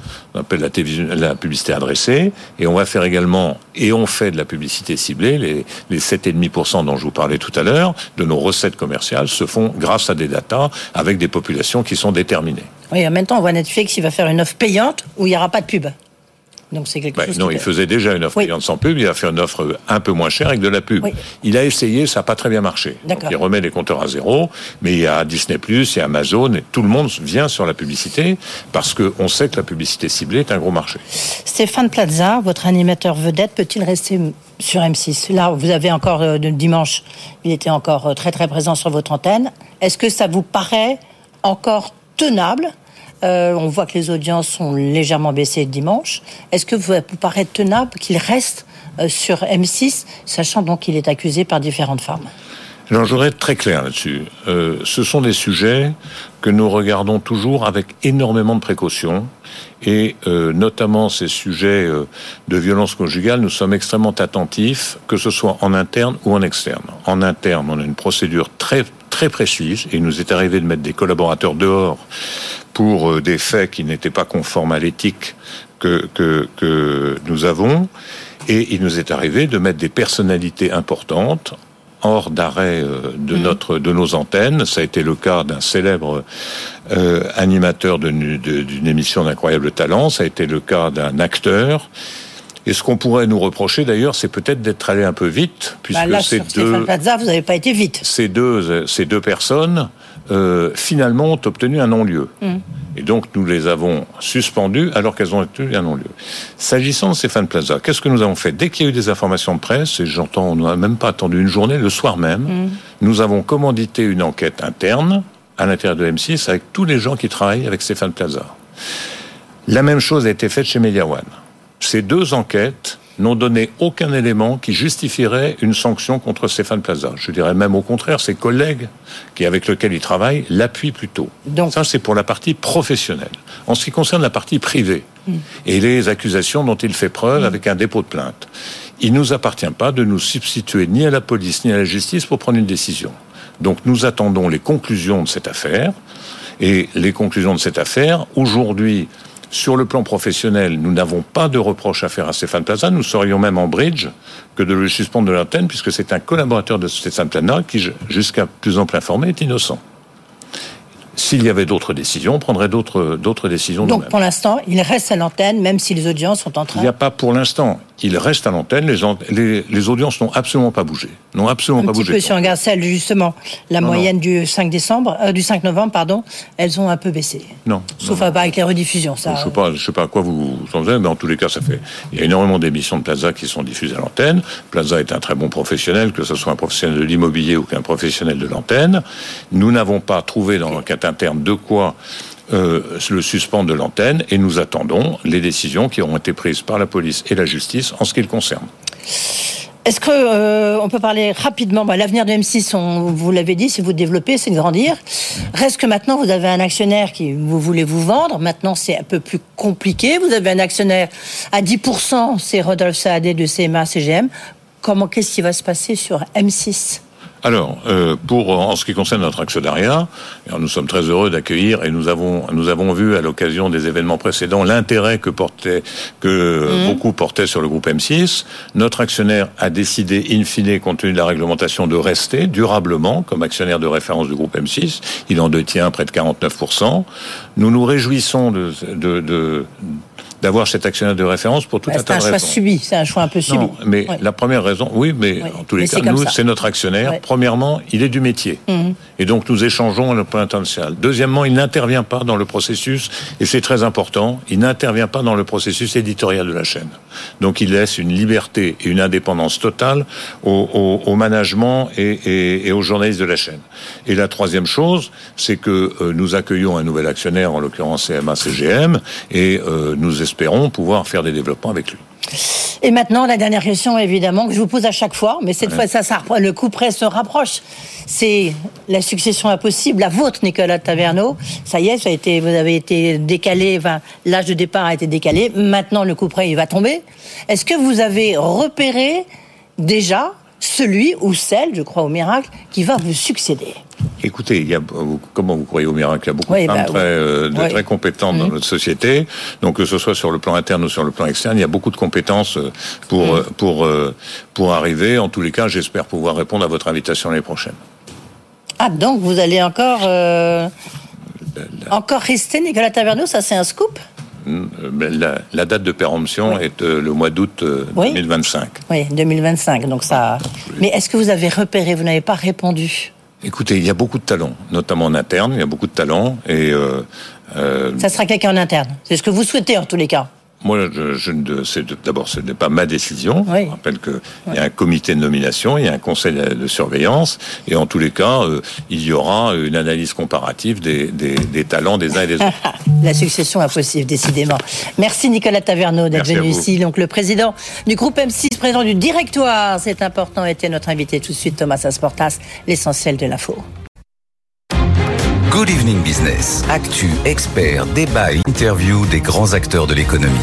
on appelle la publicité adressée, et on va faire également, et on fait de la publicité ciblée, les 7,5% dont je vous parlais tout à l'heure, de nos recettes commerciales se font grâce à des datas avec des populations qui sont déterminées. Oui, en même temps, on voit Netflix, il va faire une offre payante où il n'y aura pas de pub. Donc c'est quelque chose. Non, il faisait déjà une offre payante sans pub. Il a fait une offre un peu moins chère avec de la pub. Oui. Il a essayé, ça n'a pas très bien marché. Donc il remet les compteurs à zéro. Mais il y a Disney+, il y a Amazon, et tout le monde vient sur la publicité parce qu'on sait que la publicité ciblée est un gros marché. Stéphane Plaza, votre animateur vedette, peut-il rester sur M6 ? Là, vous avez encore dimanche, il était encore très très présent sur votre antenne. Est-ce que ça vous paraît encore tenable ? On voit que les audiences sont légèrement baissées dimanche. Est-ce que vous paraît tenable qu'il reste sur M6, sachant donc qu'il est accusé par différentes femmes ? Alors, je voudrais être très clair là-dessus. Ce sont des sujets que nous regardons toujours avec énormément de précaution. Et notamment ces sujets de violence conjugale, nous sommes extrêmement attentifs, que ce soit en interne ou en externe. En interne, on a une procédure très très précise, et il nous est arrivé de mettre des collaborateurs dehors pour des faits qui n'étaient pas conformes à l'éthique que nous avons, et il nous est arrivé de mettre des personnalités importantes hors d'arrêt de nos antennes. Ça a été le cas d'un célèbre animateur d'une émission d'Incroyable Talent, ça a été le cas d'un acteur. Et ce qu'on pourrait nous reprocher d'ailleurs, c'est peut-être d'être allé un peu vite, puisque là, sur Stéphane Plaza, vous n'avez pas été vite. Ces deux personnes finalement ont obtenu un non-lieu. Et donc nous les avons suspendues alors qu'elles ont obtenu un non-lieu. S'agissant de Stéphane Plaza, qu'est-ce que nous avons fait ? Dès qu'il y a eu des informations de presse, et on n'a même pas attendu une journée, le soir même, nous avons commandité une enquête interne à l'intérieur de M6 avec tous les gens qui travaillent avec Stéphane Plaza. La même chose a été faite chez Media One. Ces deux enquêtes n'ont donné aucun élément qui justifierait une sanction contre Stéphane Plaza. Je dirais même au contraire, ses collègues avec lesquels il travaille l'appuient plutôt. Donc, ça, c'est pour la partie professionnelle. En ce qui concerne la partie privée et les accusations dont il fait preuve avec un dépôt de plainte, il ne nous appartient pas de nous substituer ni à la police ni à la justice pour prendre une décision. Donc nous attendons les conclusions de cette affaire. Et les conclusions de cette affaire, aujourd'hui, sur le plan professionnel, nous n'avons pas de reproche à faire à Stéphane Plaza. Nous serions même en bridge que de le suspendre de l'antenne, puisque c'est un collaborateur de Stéphane Plaza qui, jusqu'à plus ample informé, est innocent. S'il y avait d'autres décisions, on prendrait d'autres décisions. Donc pour l'instant, il reste à l'antenne, même si les audiences sont en train... Il n'y a pas pour l'instant. Il reste à l'antenne. Les audiences n'ont absolument pas bougé. Un petit peu, si on regarde celle, justement, la moyenne du 5 novembre, elles ont un peu baissé. Sauf avec les rediffusions. Ça. Je ne sais pas à quoi vous en savez, mais en tous les cas, ça fait... Il y a énormément d'émissions de Plaza qui sont diffusées à l'antenne. Plaza est un très bon professionnel, que ce soit un professionnel de l'immobilier ou qu'un professionnel de l'antenne. Nous n'avons pas trouvé dans l'enquête interne de quoi le suspendre de l'antenne, et nous attendons les décisions qui auront été prises par la police et la justice en ce qui le concerne. Est-ce que on peut parler rapidement l'avenir de M6, vous l'avez dit, c'est vous développer, c'est de grandir. Reste que maintenant, vous avez un actionnaire qui vous voulez vous vendre. Maintenant, c'est un peu plus compliqué. Vous avez un actionnaire à 10%, c'est Rodolphe Saadé de CMA-CGM. Qu'est-ce qui va se passer sur M6 ? Alors, en ce qui concerne notre actionnariat, nous sommes très heureux d'accueillir, et nous avons vu à l'occasion des événements précédents l'intérêt que beaucoup portaient sur le groupe M6. Notre actionnaire a décidé, in fine, compte tenu de la réglementation, de rester durablement comme actionnaire de référence du groupe M6. Il en détient près de 49%. Nous nous réjouissons d'avoir cet actionnaire de référence pour tout un tas de raisons. C'est un choix un peu subi. Non, mais la première raison, en tous les cas, c'est notre actionnaire. Ouais. Premièrement, il est du métier. Et donc, nous échangeons à le plan international. Deuxièmement, il n'intervient pas dans le processus, et c'est très important, il n'intervient pas dans le processus éditorial de la chaîne. Donc, il laisse une liberté et une indépendance totale au management et aux journalistes de la chaîne. Et la troisième chose, c'est que nous accueillons un nouvel actionnaire, en l'occurrence CMA-CGM, et nous espérons pouvoir faire des développements avec lui. Et maintenant, la dernière question, évidemment, que je vous pose à chaque fois, mais cette fois, le coup près se rapproche. C'est la succession impossible, la vôtre, Nicolas Taverneau. Ça y est, vous avez été décalé, l'âge de départ a été décalé. Maintenant, le coup près, il va tomber. Est-ce que vous avez repéré déjà celui ou celle, je crois au miracle, qui va vous succéder. Écoutez, comment vous croyez au miracle ? Il y a beaucoup de femmes très compétentes dans notre société. Donc, que ce soit sur le plan interne ou sur le plan externe, il y a beaucoup de compétences pour arriver. En tous les cas, j'espère pouvoir répondre à votre invitation l'année prochaine. Ah, donc vous allez encore rester, Nicolas Taverneau, ça c'est un scoop ? La date de péremption est le mois d'août 2025. Oui, 2025, donc ça... Mais est-ce que vous avez repéré, vous n'avez pas répondu ? Écoutez, il y a beaucoup de talents, notamment en interne, il y a beaucoup de talents et... ça sera quelqu'un en interne, c'est ce que vous souhaitez en tous les cas. Moi, d'abord, ce n'est pas ma décision. Je rappelle qu'il y a un comité de nomination, il y a un conseil de surveillance, et en tous les cas, il y aura une analyse comparative des talents des uns et des autres. La succession impossible, décidément. Merci Nicolas Taverneau d'être venu ici. Donc le président du groupe M6, président du directoire, c'est important, était notre invité tout de suite, Thomas Asportas, l'essentiel de l'info. Good Evening Business. Actu, experts, débat et interview des grands acteurs de l'économie.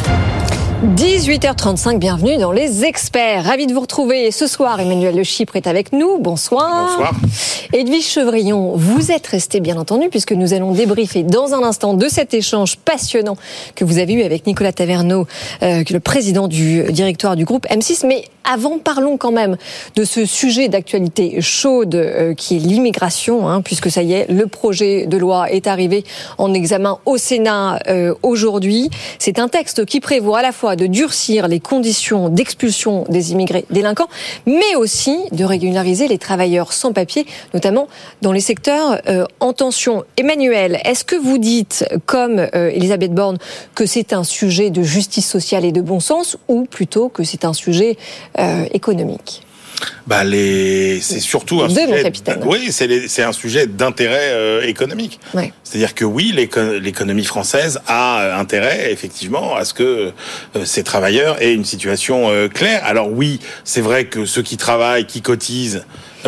18h35, bienvenue dans Les Experts. Ravi de vous retrouver ce soir. Emmanuel Le Chypre est avec nous. Bonsoir. Bonsoir. Edwige Chevrillon, vous êtes resté bien entendu puisque nous allons débriefer dans un instant de cet échange passionnant que vous avez eu avec Nicolas Taverneau, le président du directoire du groupe M6. Mais avant, parlons quand même de ce sujet d'actualité chaude qui est l'immigration, puisque ça y est, le projet de loi est arrivé en examen au Sénat aujourd'hui. C'est un texte qui prévoit à la fois de durcir les conditions d'expulsion des immigrés délinquants, mais aussi de régulariser les travailleurs sans papier, notamment dans les secteurs en tension. Emmanuel, est-ce que vous dites, comme Elisabeth Borne, que c'est un sujet de justice sociale et de bon sens, ou plutôt que c'est un sujet économique ? C'est surtout un sujet. Oui, c'est un sujet d'intérêt économique. Ouais. C'est-à-dire que oui, l'économie française a intérêt effectivement à ce que ces travailleurs aient une situation claire. Alors oui, c'est vrai que ceux qui travaillent, qui cotisent,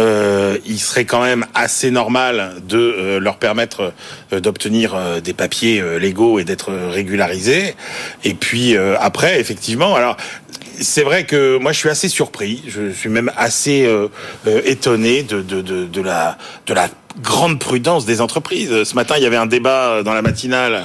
il serait quand même assez normal de leur permettre d'obtenir des papiers légaux et d'être régularisés. Et puis après, effectivement, alors. C'est vrai que moi je suis assez surpris, je suis même assez étonné de la grande prudence des entreprises. Ce matin, il y avait un débat dans la matinale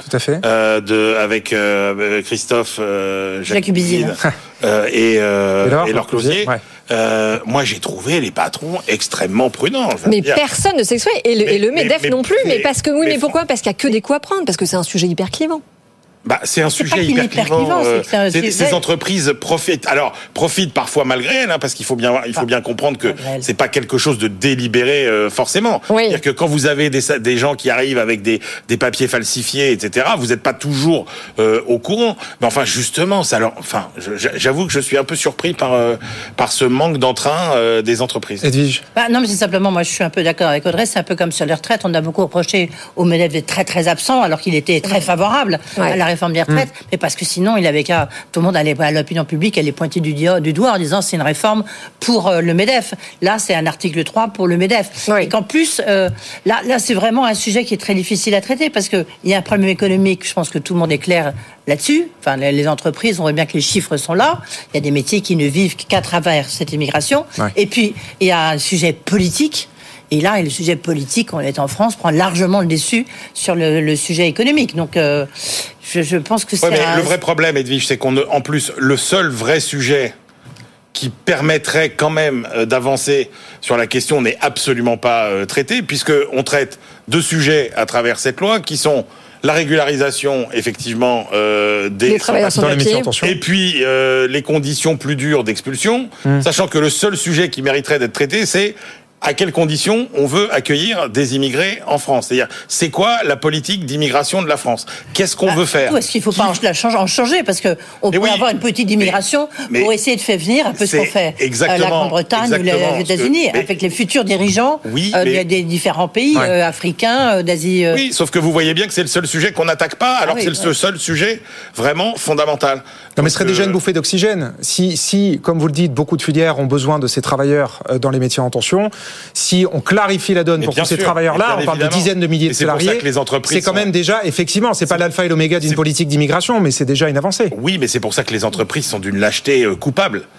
avec Christophe Jacubizine et Laure Closier. Ouais. Moi, j'ai trouvé les patrons extrêmement prudents. Mais personne ne s'exprime, et le MEDEF non plus. Mais parce que mais pourquoi ? Parce qu'il n'y a que des coups à prendre, parce que c'est un sujet hyper clivant. C'est un sujet hyper clivant. Ces entreprises profitent parfois malgré elles, parce qu'il faut bien comprendre que c'est pas quelque chose de délibéré forcément. Oui. C'est-à-dire que quand vous avez des gens qui arrivent avec des papiers falsifiés, etc., vous n'êtes pas toujours au courant. Mais enfin, justement, j'avoue que je suis un peu surpris par ce manque d'entrain des entreprises. Edwige. Non, mais c'est simplement, moi, je suis un peu d'accord avec Audrey. C'est un peu comme sur les retraites. On a beaucoup reproché au MEDEF d'être très très absent, alors qu'il était très favorable à la réforme des retraites, mais parce que sinon il avait qu'à, tout le monde allait à l'opinion publique, elle est pointée du doigt en disant c'est une réforme pour le MEDEF. Là c'est un article 3 pour le MEDEF. Oui. Et qu'en plus là c'est vraiment un sujet qui est très difficile à traiter parce que il y a un problème économique, je pense que tout le monde est clair là-dessus. Enfin, les entreprises, on voit bien que les chiffres sont là. Il y a des métiers qui ne vivent qu'à travers cette immigration. Ouais. Et puis il y a un sujet politique. Et là, le sujet politique, on est en France, prend largement le dessus sur le sujet économique. Donc, je pense que c'est... mais le vrai problème, Edwige, c'est en plus, le seul vrai sujet qui permettrait quand même d'avancer sur la question n'est absolument pas traité, puisqu'on traite deux sujets à travers cette loi, qui sont la régularisation, effectivement, des travailleurs sans papier, et puis les conditions plus dures d'expulsion, sachant que le seul sujet qui mériterait d'être traité, c'est à quelles conditions on veut accueillir des immigrés en France. C'est-à-dire, c'est quoi la politique d'immigration de la France ? Qu'est-ce qu'on veut faire ? Est-ce qu'il ne faut pas en changer ? Parce qu'on peut avoir une politique d'immigration pour essayer de faire venir un peu ce qu'on fait la Grande-Bretagne ou les États-Unis, avec les futurs dirigeants des différents pays africains, d'Asie. Oui, sauf que vous voyez bien que c'est le seul sujet qu'on n'attaque pas, alors que c'est le seul sujet vraiment fondamental. Non, mais ce serait déjà une bouffée d'oxygène. Si, comme vous le dites, beaucoup de filières ont besoin de ces travailleurs dans les métiers en tension, si on clarifie la donne pour tous ces travailleurs-là, on parle de dizaines de milliers de salariés, c'est quand même déjà, effectivement, c'est pas l'alpha et l'oméga d'une politique d'immigration, mais c'est déjà une avancée. Oui, mais c'est pour ça que les entreprises sont d'une lâcheté coupable.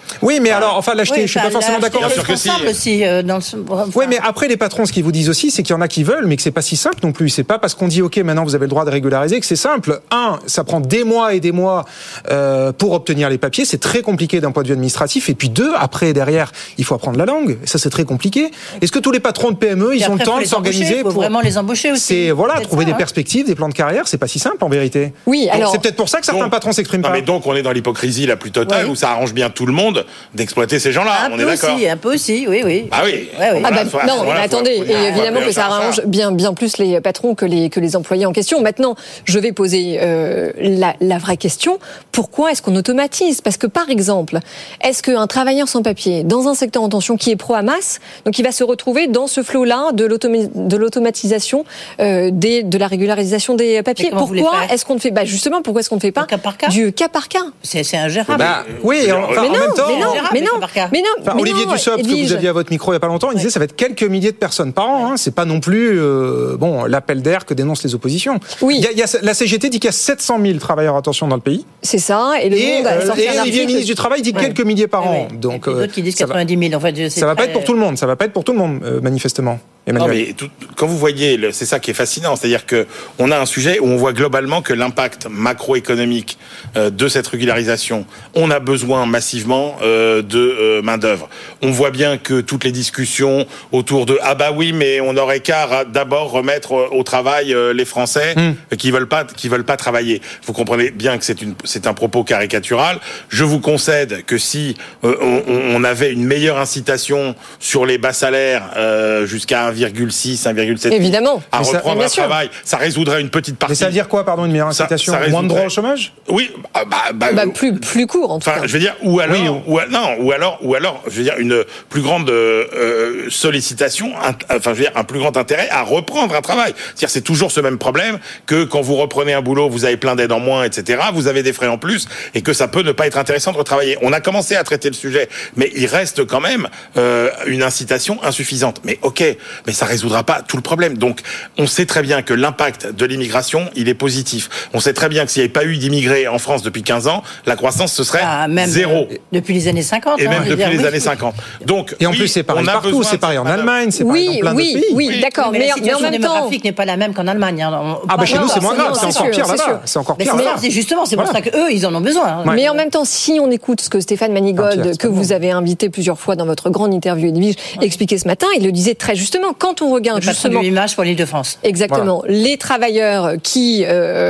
Oui, mais alors, enfin, l'acheter, je suis pas forcément d'accord. Bien sûr que si. Aussi, Oui, mais après, les patrons, ce qu'ils vous disent aussi, c'est qu'il y en a qui veulent, mais que c'est pas si simple non plus. C'est pas parce qu'on dit, OK, maintenant vous avez le droit de régulariser que c'est simple. Ça prend des mois et des mois pour obtenir les papiers. C'est très compliqué d'un point de vue administratif. Et puis après, derrière, il faut apprendre la langue. Ça, c'est très compliqué. Est-ce que tous les patrons de PME, ils ont le temps de s'organiser pour vraiment les embaucher aussi? C'est, trouver des perspectives, des plans de carrière. C'est pas si simple, en vérité. Oui, alors. C'est peut-être pour ça que certains patrons s'expriment pas. Mais donc, on est dans l'hypocrisie la plus totale où ça arrange bien tout le monde d'exploiter ces gens-là. On est d'accord. Un peu aussi, oui. Ah oui. Non, mais attendez, et évidemment que ça arrange bien plus les patrons que les employés en question. Maintenant, je vais poser la vraie question. Pourquoi est-ce qu'on automatise? Parce que, par exemple, est-ce qu'un travailleur sans papier, dans un secteur en tension qui est pro-Hamas, donc il va se retrouver dans ce flot-là de l'automatisation de la régularisation des papiers? Pourquoi est-ce qu'on ne fait justement, pourquoi est-ce qu'on ne fait pas du cas par cas? C'est ingérable. Oui, en même temps. Mais non. Olivier Dussopt, que vous aviez à votre micro il n'y a pas longtemps, il disait ça va être quelques milliers de personnes par an. C'est pas non plus l'appel d'air que dénoncent les oppositions. Oui. La CGT dit qu'il y a 700 000 travailleurs en tension dans le pays. C'est ça. Et Olivier, ministre du Travail, dit quelques milliers par an. Donc, d'autres qui disent 90 000. En fait, ça va pas être pour tout le monde. Ça va pas être pour tout le monde, manifestement. Non, mais quand vous voyez, c'est ça qui est fascinant, c'est-à-dire que on a un sujet où on voit globalement que l'impact macroéconomique de cette régularisation, on a besoin massivement de main d'œuvre. On voit bien que toutes les discussions autour de oui, mais on aurait qu'à d'abord remettre au travail les Français qui veulent pas travailler. Vous comprenez bien que c'est un propos caricatural. Je vous concède que si on avait une meilleure incitation sur les bas salaires jusqu'à 1,6, 1,7 évidemment à reprendre un travail, ça résoudrait une petite partie. Mais ça veut dire quoi, pardon, une meilleure incitation? Moins de droits au chômage? Oui, plus court en tout cas. Je veux dire, ou alors, je veux dire une plus grande sollicitation, je veux dire un plus grand intérêt à reprendre un travail. C'est-à-dire, c'est toujours ce même problème que quand vous reprenez un boulot, vous avez plein d'aides en moins, etc. Vous avez des frais en plus et que ça peut ne pas être intéressant de retravailler. On a commencé à traiter le sujet, mais il reste quand même une incitation insuffisante. Mais ok, mais ça résoudra pas tout le problème. Donc, on sait très bien que l'impact de l'immigration, il est positif. On sait très bien que s'il n'y avait pas eu d'immigrés en France depuis 15 ans, la croissance, ce serait zéro. Depuis les années 50. Et même depuis les années 50. Donc, et en plus, c'est pareil partout, c'est pareil en Allemagne, c'est pareil dans plein de pays. Oui, d'accord. Mais la situation démographique n'est pas la même qu'en Allemagne. Chez nous, c'est moins grave, c'est encore pire là-bas. C'est encore pire là-bas. Justement, c'est pour ça qu'eux, ils en ont besoin. Mais en même temps, si on écoute ce que Stéphane Manigold, que vous avez invité plusieurs fois dans votre grande interview Edwige, expliquait ce matin, il le disait très justement, quand on regarde justement l'image pour l'Île-de-France. Exactement. Voilà. Les travailleurs qui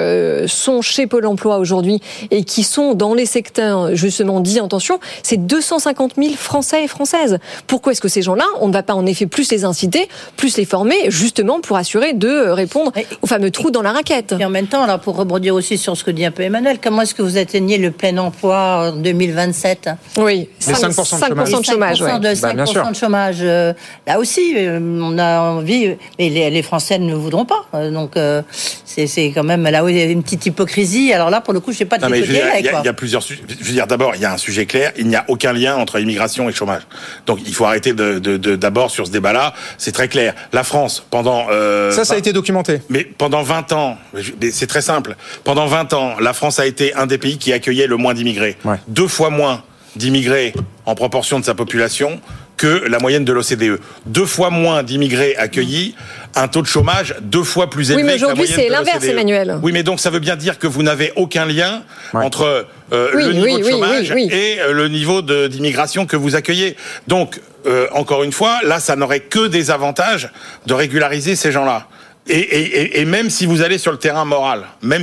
sont chez Pôle emploi aujourd'hui et qui sont dans les secteurs justement dits en tension, c'est 250 000 Français et Françaises. Pourquoi est-ce que ces gens-là, on ne va pas en effet plus les inciter, plus les former, justement pour assurer de répondre au fameux trou dans la raquette? Et en même temps, alors pour rebondir aussi sur ce que dit un peu Emmanuel, comment est-ce que vous atteignez le plein emploi en 2027? Oui, 5% de chômage. 5% de chômage. Là aussi, on a envie, mais les Français ne voudront pas. Donc c'est quand même là où il y a une petite hypocrisie. Alors là, pour le coup, je sais pas de quel côté. Il y a plusieurs sujets. Je veux dire, d'abord, il y a un sujet clair. Il n'y a aucun lien entre immigration et chômage. Donc il faut arrêter d'abord sur ce débat-là. C'est très clair. La France, pendant ça a été documenté. Mais pendant 20 ans, c'est très simple. Pendant 20 ans, la France a été un des pays qui accueillait le moins d'immigrés. 2 fois moins d'immigrés en proportion de sa population que la moyenne de l'OCDE. 2 fois moins d'immigrés accueillis, un taux de chômage 2 fois plus élevé que la moyenne de l'OCDE. Oui, mais aujourd'hui, c'est l'inverse, Emmanuel. Oui, mais donc ça veut bien dire que vous n'avez aucun lien entre le niveau de chômage et le niveau d'immigration que vous accueillez. Donc, encore une fois, là, ça n'aurait que des avantages de régulariser ces gens-là. Et même si vous allez sur le terrain moral.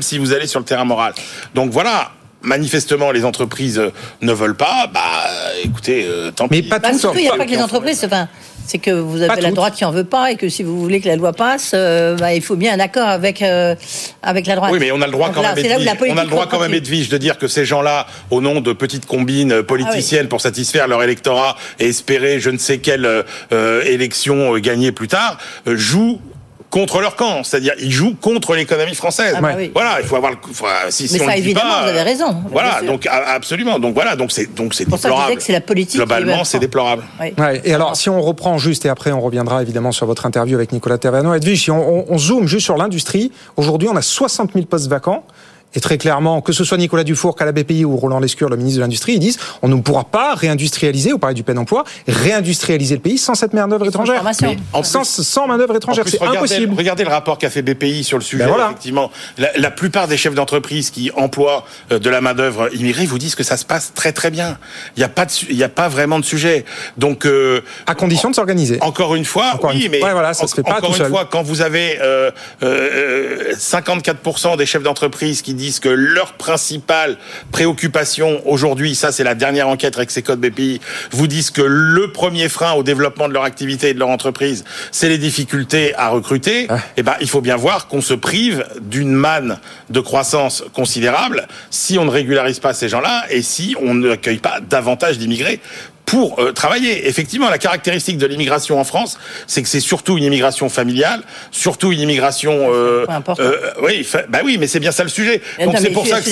Donc voilà. Manifestement, les entreprises ne veulent pas. Écoutez, tant pis. Mais pas tout. Il n'y a pas que les entreprises. C'est que vous avez la droite qui en veut pas et que si vous voulez que la loi passe, il faut bien un accord avec la droite. Oui, mais on a le droit quand même, Edwige, de dire que ces gens-là, au nom de petites combines politiciennes pour satisfaire leur électorat et espérer je ne sais quelle élection gagnée plus tard, jouent contre leur camp, c'est-à-dire ils jouent contre l'économie française. Voilà, il faut avoir si mais on ça, le dit évidemment, pas, vous avez raison. Voilà, donc absolument. Donc voilà, donc c'est pour déplorable. Ça, je disais que c'est la politique. Globalement, c'est déplorable. Et alors, si on reprend juste et après on reviendra évidemment sur votre interview avec Nicolas Taverneau, Edwige, si on zoome juste sur l'industrie, aujourd'hui on a 60 000 postes vacants. Et très clairement, que ce soit Nicolas Dufourcq à la BPI ou Roland Lescure, le ministre de l'Industrie, ils disent on ne pourra pas réindustrialiser, vous parlez du plein emploi, réindustrialiser le pays sans cette main-d'œuvre étrangère. Sans main-d'œuvre étrangère, c'est impossible. Regardez le rapport qu'a fait BPI sur le sujet. Effectivement, la plupart des chefs d'entreprise qui emploient de la main-d'œuvre immigrée vous disent que ça se passe très très bien. Il n'y a pas vraiment de sujet. Donc, à condition de s'organiser. Encore une fois, ça se fait pas tout seul. Encore une fois, quand vous avez 54% des chefs d'entreprise qui disent que leur principale préoccupation aujourd'hui, ça c'est la dernière enquête Rexecode BPI, vous disent que le premier frein au développement de leur activité et de leur entreprise, c'est les difficultés à recruter, il faut bien voir qu'on se prive d'une manne de croissance considérable si on ne régularise pas ces gens-là et si on n'accueille pas davantage d'immigrés pour travailler. Effectivement, la caractéristique de l'immigration en France, c'est que c'est surtout une immigration familiale, surtout une immigration... mais c'est bien ça le sujet. Donc c'est pour ça que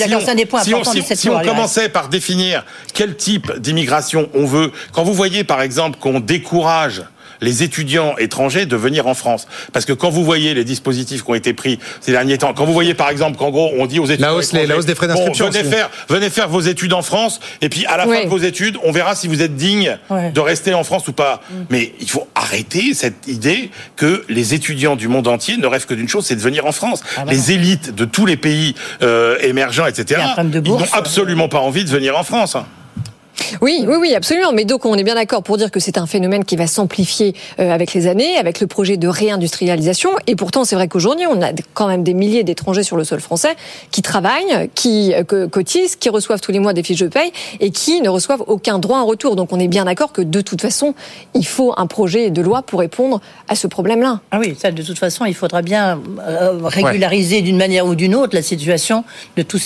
si on commençait par définir quel type d'immigration on veut, quand vous voyez par exemple qu'on décourage les étudiants étrangers de venir en France. Parce que quand vous voyez les dispositifs qui ont été pris ces derniers temps, quand vous voyez par exemple qu'en gros on dit aux étudiants la hausse des frais d'inscription, venez faire vos études en France et puis à la fin de vos études on verra si vous êtes digne de rester en France ou pas. Mais il faut arrêter cette idée que les étudiants du monde entier ne rêvent que d'une chose, c'est de venir en France. Les élites de tous les pays émergents, etc., ils n'ont absolument pas envie de venir en France. Oui, absolument. Mais donc, on est bien d'accord pour dire que c'est un phénomène qui va s'amplifier avec les années, avec le projet de réindustrialisation. Et pourtant, c'est vrai qu'aujourd'hui, on a quand même des milliers d'étrangers sur le sol français qui travaillent, qui cotisent, qui reçoivent tous les mois des fiches de paye et qui ne reçoivent aucun droit en retour. Donc, on est bien d'accord que de toute façon, il faut un projet de loi pour répondre à ce problème-là. Ah oui, ça, de toute façon, il faudra bien régulariser d'une manière ou d'une autre la situation de tous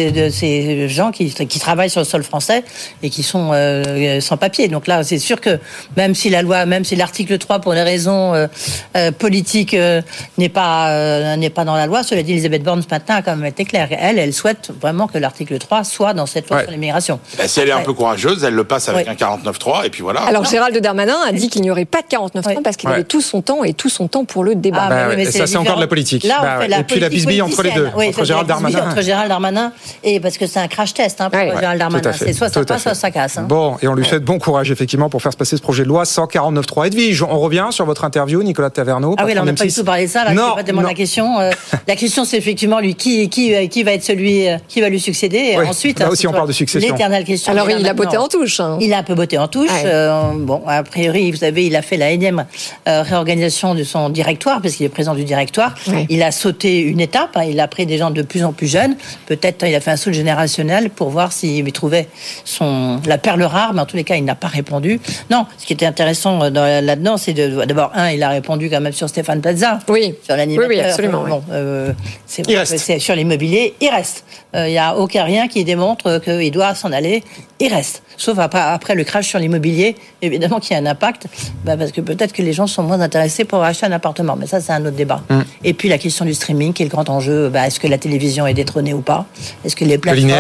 ces gens qui travaillent sur le sol français et qui sont sans papier. Donc là, c'est sûr que même si l'article 3, pour des raisons politiques, n'est pas dans la loi, cela dit, Elisabeth Borne, ce matin, a quand même été claire. Elle souhaite vraiment que l'article 3 soit dans cette loi sur l'immigration. Si elle est un peu courageuse, elle le passe avec un 49.3 et puis voilà. Alors Gérald Darmanin a dit qu'il n'y aurait pas de 49.3 parce qu'il avait tout son temps pour le débat. Ça, c'est encore de la politique. Là, et puis la bisbille entre les deux, entre Gérald Darmanin. Et parce que c'est un crash test pour Gérald Darmanin. C'est soit ça passe, soit ça casse. Bon, et on lui souhaite bon courage, effectivement, pour faire se passer ce projet de loi 149.3. Edwige, on revient sur votre interview, Nicolas Taverneau. Ah oui, là, on n'a pas du tout parlé de ça. Là, je vais pas demander la question. La question, c'est effectivement, lui, qui va être celui qui va lui succéder. Et ensuite, là aussi, on parle de succession. L'éternelle question. Alors, il a botté en touche. Il a un peu botté en touche. Bon, a priori, vous savez, il a fait la énième réorganisation de son directoire, parce qu'il est président du directoire. Il a sauté une étape. Il a pris des gens de plus en plus jeunes. Peut-être, il a fait un saut générationnel pour voir s'il lui trouvait la perle rare, mais en tous les cas, il n'a pas répondu. Non, ce qui était intéressant là-dedans, c'est d'abord, il a répondu quand même sur Stéphane Plaza. Sur l'animateur. Oui, absolument. C'est vrai que c'est sur l'immobilier, il reste. Il n'y a aucun rien qui démontre qu'il doit s'en aller. Il reste. Sauf après le crash sur l'immobilier, évidemment qu'il y a un impact, parce que peut-être que les gens sont moins intéressés pour acheter un appartement. Mais ça, c'est un autre débat. Et puis la question du streaming, qui est le grand enjeu. Est-ce que la télévision est détrônée ou pas ? Est-ce que les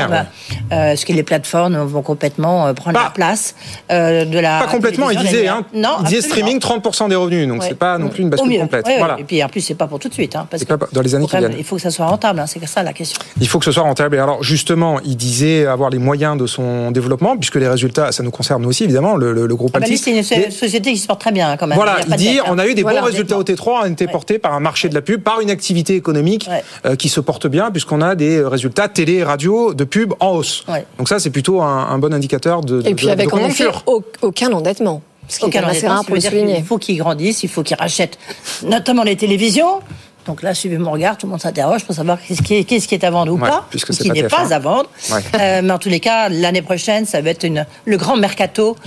plateformes, vont complètement prendre la place de la Pas complètement, il disait. Non, il disait streaming 30% des revenus, donc c'est pas non plus une bascule complète. Voilà. Et puis en plus, c'est pas pour tout de suite. Parce que dans les années qui viennent. Il faut que ça soit rentable, c'est ça la question. Il faut que ce soit rentable. Et alors justement, il disait avoir les moyens de son développement, puisque les résultats, ça nous concerne nous aussi, évidemment, le groupe Altis. C'est une société qui se porte très bien quand même. Voilà, il dit, on a eu des bons résultats au T3, ont été portés par un marché de la pub, par une activité économique qui se porte bien, puisqu'on a des résultats télé et radio de pub en hausse. Donc ça, c'est plutôt un bon indicateur de conjoncture. Et puis avec en effet aucun endettement. Ce qui est assez rare pour le souligner. Il faut qu'ils grandissent, il faut qu'ils rachètent notamment les télévisions. Donc là, suivez mon regard, tout le monde s'interroge pour savoir qu'est-ce qui est à vendre ou pas, ou qui n'est pas à vendre. Mais en tous les cas, l'année prochaine, ça va être le grand mercato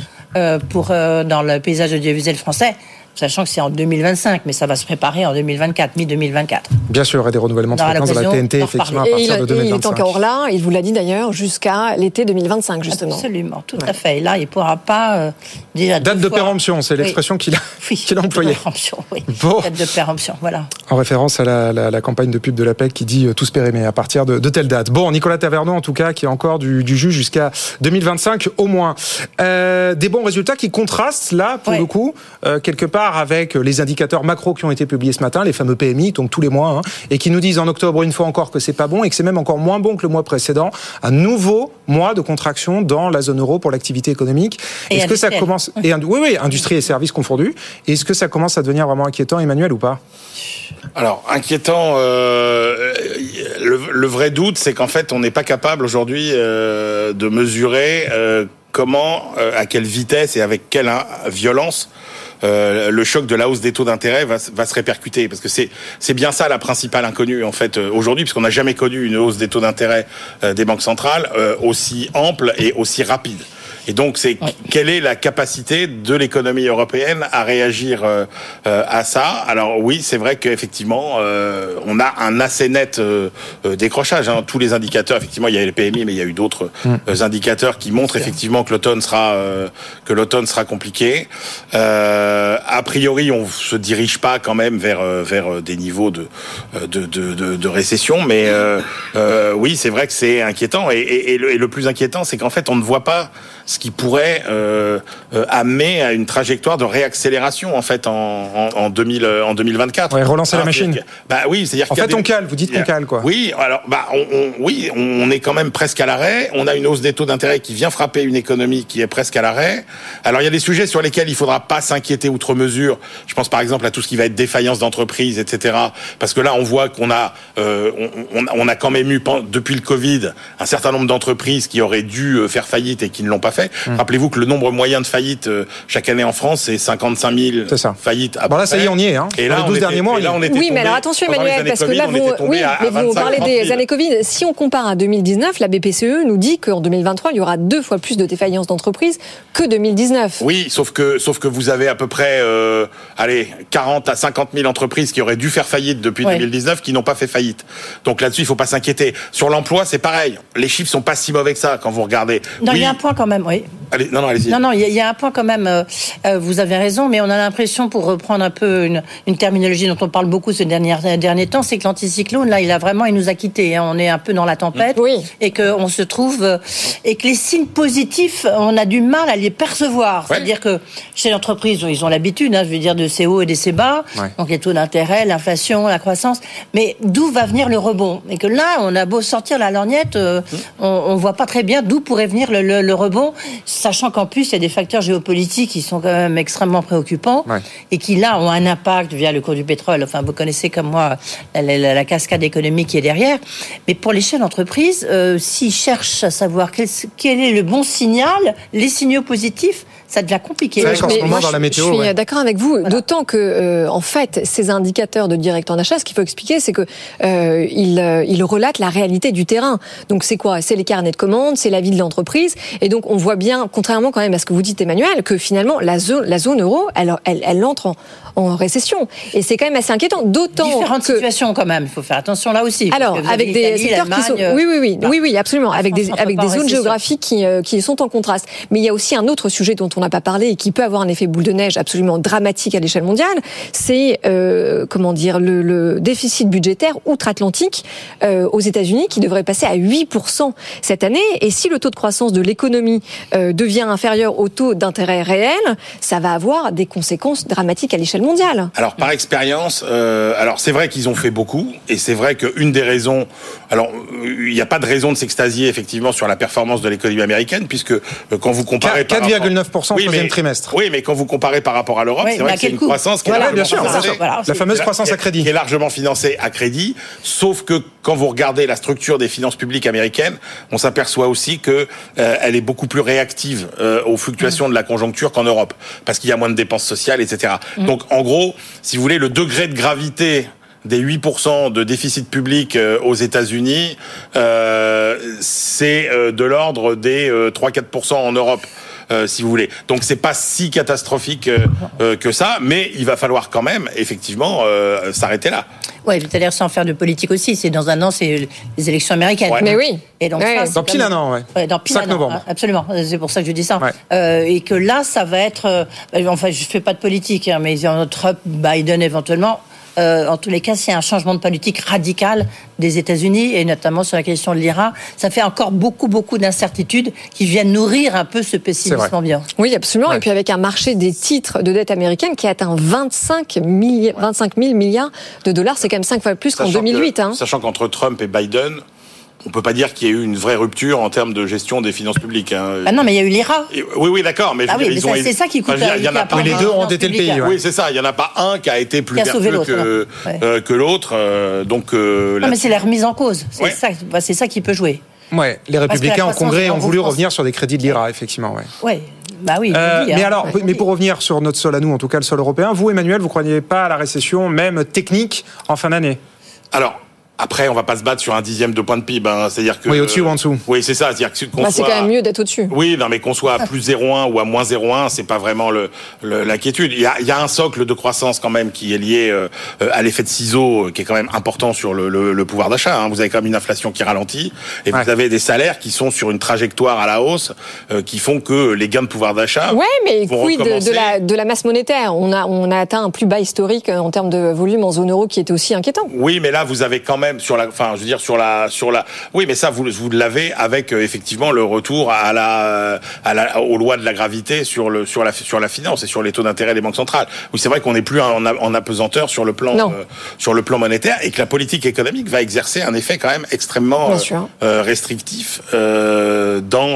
dans le paysage audiovisuel français. Sachant que c'est en 2025, mais ça va se préparer en 2024, mi-2024. Bien sûr, il y aura des renouvellements de fréquences de la TNT, effectivement, à partir de 2025. Il est encore là, il vous l'a dit d'ailleurs, jusqu'à l'été 2025, justement. Absolument, tout à fait. Et là, il ne pourra pas... déjà date de péremption, c'est l'expression qu'il a employée. Date de péremption, voilà. En référence à la campagne de pub de l'APEC qui dit tous périmés à partir de telle date. Bon, Nicolas Taverneau, en tout cas, qui est encore du jus jusqu'à 2025 au moins. Des bons résultats qui contrastent, là, pour le coup, quelque part, part avec les indicateurs macro qui ont été publiés ce matin, les fameux PMI, donc tous les mois, et qui nous disent en octobre une fois encore que c'est pas bon et que c'est même encore moins bon que le mois précédent. Un nouveau mois de contraction dans la zone euro pour l'activité économique. Est-ce que ça commence oui, industrie et services confondus. Est-ce que ça commence à devenir vraiment inquiétant, Emmanuel, ou pas? Alors, inquiétant, le vrai doute, c'est qu'en fait, on n'est pas capable aujourd'hui de mesurer comment, à quelle vitesse et avec quelle violence le choc de la hausse des taux d'intérêt va se répercuter, parce que c'est bien ça la principale inconnue en fait aujourd'hui, puisqu'on n'a jamais connu une hausse des taux d'intérêt des banques centrales aussi ample et aussi rapide. Et donc, quelle est la capacité de l'économie européenne à réagir à ça? Alors oui, c'est vrai qu'effectivement, on a un assez net décrochage. Hein. Tous les indicateurs, effectivement, il y a les PMI, mais il y a eu d'autres indicateurs qui montrent effectivement que l'automne sera compliqué. A priori, on se dirige pas quand même vers des niveaux de récession, mais oui, c'est vrai que c'est inquiétant. Et le plus inquiétant, c'est qu'en fait, on ne voit pas ce qui pourrait amener à une trajectoire de réaccélération en fait en 2024. Ouais, relancer la machine. Bah oui, c'est-à-dire en fait on cale. Vous dites qu'on cale quoi. Oui, alors on est quand même presque à l'arrêt. On a une hausse des taux d'intérêt qui vient frapper une économie qui est presque à l'arrêt. Alors il y a des sujets sur lesquels il faudra pas s'inquiéter outre mesure. Je pense par exemple à tout ce qui va être défaillance d'entreprise, etc. Parce que là on voit qu'on a on a quand même eu depuis le Covid un certain nombre d'entreprises qui auraient dû faire faillite et qui ne l'ont pas fait. Rappelez-vous que le nombre moyen de faillites chaque année en France, c'est 55 000 faillites. Bon là, ça y est, on y est. Hein. Et là, les 12 derniers mois, oui, mais alors attention, Emmanuel, parce que là, vous parlez des années Covid. Si on compare à 2019, la BPCE nous dit qu'en 2023, il y aura 2 fois plus de défaillances d'entreprises que 2019. Oui, sauf que vous avez à peu près 40 à 50 000 entreprises qui auraient dû faire faillite depuis 2019 qui n'ont pas fait faillite. Donc là-dessus, il ne faut pas s'inquiéter. Sur l'emploi, c'est pareil. Les chiffres sont pas si mauvais que ça quand vous regardez. Non, il y a un point quand même, oui. Allez-y. Non, il y a un point quand même, vous avez raison, mais on a l'impression, pour reprendre un peu une terminologie dont on parle beaucoup ces derniers temps, c'est que l'anticyclone, là, il nous a quittés. Hein. On est un peu dans la tempête. Et qu'on se trouve, et que les signes positifs, on a du mal à les percevoir. C'est-à-dire que chez l'entreprise, ils ont l'habitude, je veux dire, de ces hauts et de ces bas. Donc les taux d'intérêt, l'inflation, la croissance. Mais d'où va venir le rebond? Et que là, on a beau sortir la lorgnette, on voit pas très bien d'où pourrait venir le rebond, sachant qu'en plus, il y a des facteurs géopolitiques qui sont quand même extrêmement préoccupants et qui, là, ont un impact via le cours du pétrole. Enfin, vous connaissez comme moi la cascade économique qui est derrière. Mais pour les chefs d'entreprise, s'ils cherchent à savoir quel est le bon signal, les signaux positifs, ça devient compliqué. Je suis d'accord avec vous, d'autant que en fait, ces indicateurs de directeur d'achat, ce qu'il faut expliquer, c'est que ils relatent la réalité du terrain. Donc c'est quoi? C'est les carnets de commandes, c'est la vie de l'entreprise, et donc on voit bien, contrairement quand même à ce que vous dites, Emmanuel, que finalement la zone euro, elle entre en récession, et c'est quand même assez inquiétant. D'autant différentes situations quand même. Il faut faire attention là aussi. Alors avec des secteurs qui sont, oui, absolument, avec des zones géographiques qui sont en contraste. Mais il y a aussi un autre sujet dont on n'a pas parlé et qui peut avoir un effet boule de neige absolument dramatique à l'échelle mondiale, c'est le déficit budgétaire outre-Atlantique aux États-Unis qui devrait passer à 8% cette année. Et si le taux de croissance de l'économie devient inférieur au taux d'intérêt réel, ça va avoir des conséquences dramatiques à l'échelle mondiale. Alors par expérience, c'est vrai qu'ils ont fait beaucoup, et c'est vrai qu'une des raisons, il n'y a pas de raison de s'extasier effectivement sur la performance de l'économie américaine, puisque quand vous comparez 4,9% au troisième trimestre. Oui, mais quand vous comparez par rapport à l'Europe, c'est vrai que c'est une croissance qui est largement financée. La fameuse croissance à crédit. Qui est largement financée à crédit, sauf que quand vous regardez la structure des finances publiques américaines, on s'aperçoit aussi que elle est beaucoup plus réactive aux fluctuations de la conjoncture qu'en Europe, parce qu'il y a moins de dépenses sociales, etc. Donc en gros, si vous voulez, le degré de gravité des 8% de déficit public aux États-Unis, c'est de l'ordre des 3-4% en Europe. Si vous voulez. Donc c'est pas si catastrophique que ça, mais il va falloir quand même effectivement s'arrêter là. Oui, tout à l'heure sans faire de politique aussi. C'est dans un an, c'est les élections américaines. Mais oui. Et donc dans pile un an, dans pile 5 un an, novembre. Absolument. C'est pour ça que je dis ça. Et que là, ça va être. Enfin, je fais pas de politique, mais Trump, Biden éventuellement. en tous les cas, s'il y a un changement de politique radical des États-Unis, et notamment sur la question de l'Iran, ça fait encore beaucoup d'incertitudes qui viennent nourrir un peu ce pessimisme ambiant. Oui, absolument. Ouais. Et puis avec un marché des titres de dette américaine qui a atteint 25 000 milliards de dollars, c'est quand même 5 fois plus qu'en 2008. Sachant qu'entre Trump et Biden, on peut pas dire qu'il y ait eu une vraie rupture en termes de gestion des finances publiques. Ah non, mais il y a eu l'IRA. Oui, d'accord. Mais c'est ça qui coûte. Les deux ont endetté le pays. Oui, c'est ça. Il y en a pas un qui a été plus vertueux que l'autre. Non, mais c'est la remise en cause. C'est ça qui peut jouer. Ouais, les républicains au Congrès ont voulu revenir sur des crédits de l'IRA, effectivement. Ouais. Bah oui, mais pour revenir sur notre sol à nous, en tout cas le sol européen, vous, Emmanuel, vous croyez pas à la récession, même technique, en fin d'année? Alors, après, on va pas se battre sur un dixième de point de PIB. C'est-à-dire que oui, au-dessus ou en dessous. Oui, c'est ça. C'est-à-dire que c'est quand même mieux d'être au-dessus. Oui, non, mais qu'on soit à plus 0,1 ou à moins 0,1, c'est pas vraiment l'inquiétude. Il y a un socle de croissance quand même qui est lié à l'effet de ciseau, qui est quand même important sur le pouvoir d'achat. Vous avez quand même une inflation qui ralentit, et vous avez des salaires qui sont sur une trajectoire à la hausse, qui font que les gains de pouvoir d'achat. Ouais, mais quid de la masse monétaire? On a atteint un plus bas historique en termes de volume en zone euro qui était aussi inquiétant. Oui, mais là, vous avez quand même oui, mais ça, vous l'avez avec effectivement le retour aux lois de la gravité sur la finance et sur les taux d'intérêt des banques centrales. Oui, c'est vrai qu'on n'est plus en apesanteur sur le plan monétaire, et que la politique économique va exercer un effet quand même extrêmement restrictif dans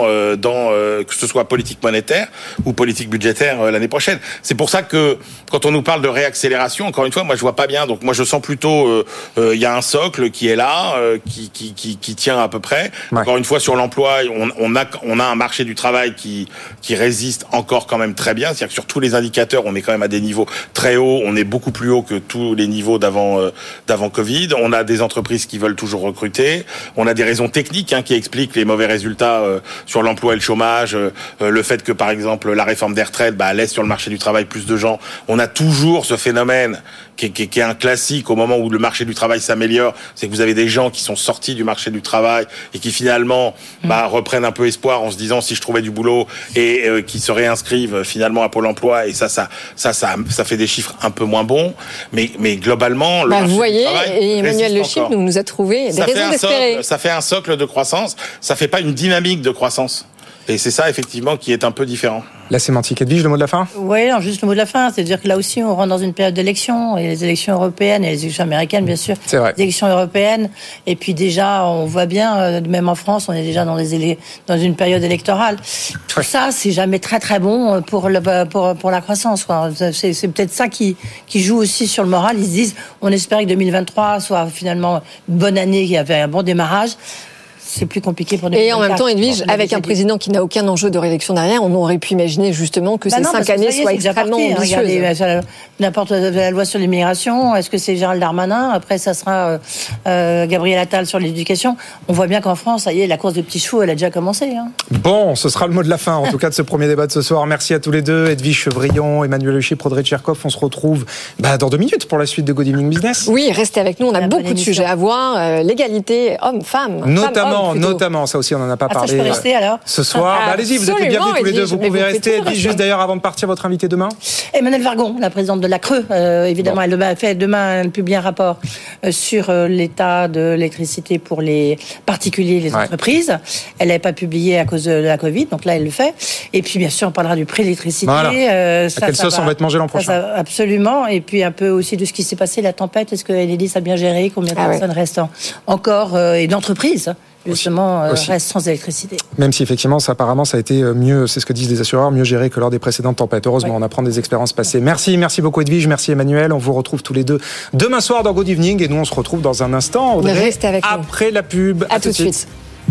que ce soit politique monétaire ou politique budgétaire l'année prochaine. C'est pour ça que quand on nous parle de réaccélération, encore une fois, moi je vois pas bien. Donc moi je sens plutôt il y a un socle qui est là, qui tient à peu près. Ouais. Encore une fois, sur l'emploi, on a un marché du travail qui résiste encore quand même très bien. C'est-à-dire que sur tous les indicateurs, on est quand même à des niveaux très hauts. On est beaucoup plus haut que tous les niveaux d'avant Covid. On a des entreprises qui veulent toujours recruter. On a des raisons techniques qui expliquent les mauvais résultats sur l'emploi et le chômage. Le fait que, par exemple, la réforme des retraites laisse sur le marché du travail plus de gens. On a toujours ce phénomène qui est un classique au moment où le marché du travail s'améliore, c'est que vous avez des gens qui sont sortis du marché du travail et qui finalement reprennent un peu espoir en se disant si je trouvais du boulot, et qui se réinscrivent finalement à Pôle emploi, et ça fait des chiffres un peu moins bons, mais globalement le marché vous voyez, du travail et Emmanuel Le Chypre nous a trouvé des raisons d'espérer. Ça fait un socle de croissance, ça fait pas une dynamique de croissance. Et c'est ça, effectivement, qui est un peu différent. La sémantique. Edwige, le mot de la fin? Oui, juste le mot de la fin. C'est-à-dire que là aussi, on rentre dans une période d'élections, et les élections européennes et les élections américaines, bien sûr. C'est vrai. Les élections européennes. Et puis déjà, on voit bien, même en France, on est déjà dans une période électorale. Tout ça, c'est jamais très très bon pour la croissance, quoi. C'est peut-être ça qui joue aussi sur le moral. Ils se disent, on espérait que 2023 soit finalement une bonne année, qu'il y avait un bon démarrage. C'est plus compliqué pour 2024. Et en même temps, Edwige, avec un président qui n'a aucun enjeu de réélection derrière, on aurait pu imaginer justement que ces 5 années soient extrêmement ambitieuses. Regardez, n'importe la loi sur l'immigration, est-ce que c'est Gérald Darmanin? Après, ça sera Gabriel Attal sur l'éducation. On voit bien qu'en France, ça y est, la course des petits chevaux, elle a déjà commencé. Bon, ce sera le mot de la fin, en tout cas, de ce premier débat de ce soir. Merci à tous les deux, Edwige Chevrillon, Emmanuel Le Chypre, Audrey Tcherkov. On se retrouve dans 2 minutes pour la suite de Good Evening Business. Oui, restez avec nous, on a beaucoup de sujets à voir. L'égalité homme-femme. Notamment, ça aussi on n'en a pas parlé. Ça, je peux rester alors ce soir. Allez-y, vous êtes les bienvenus tous les deux. Vous pouvez rester. Juste d'ailleurs, avant de partir, votre invité demain? Emmanuelle Wargon, la présidente de la Creux. Évidemment, elle publie un rapport sur l'état de l'électricité pour les particuliers et les entreprises. Elle n'avait pas publié à cause de la Covid, donc là elle le fait. Et puis bien sûr, on parlera du prix de l'électricité. À quelle sauce on va être mangé l'an prochain? Absolument. Et puis un peu aussi de ce qui s'est passé, la tempête. Est-ce que Enedis a bien géré? Combien de personnes restent encore et d'entreprises justement reste sans électricité. Même si effectivement, apparemment, ça a été mieux, c'est ce que disent les assureurs, mieux géré que lors des précédentes tempêtes. Heureusement, on apprend des expériences passées. Merci beaucoup Edwige, merci Emmanuel. On vous retrouve tous les deux demain soir dans Good Evening, et nous on se retrouve dans un instant, Audrey, restez avec nous après la pub. À tout de suite.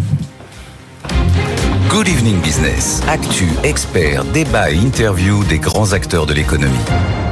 Good Evening Business. Actu, experts, débat et interview des grands acteurs de l'économie.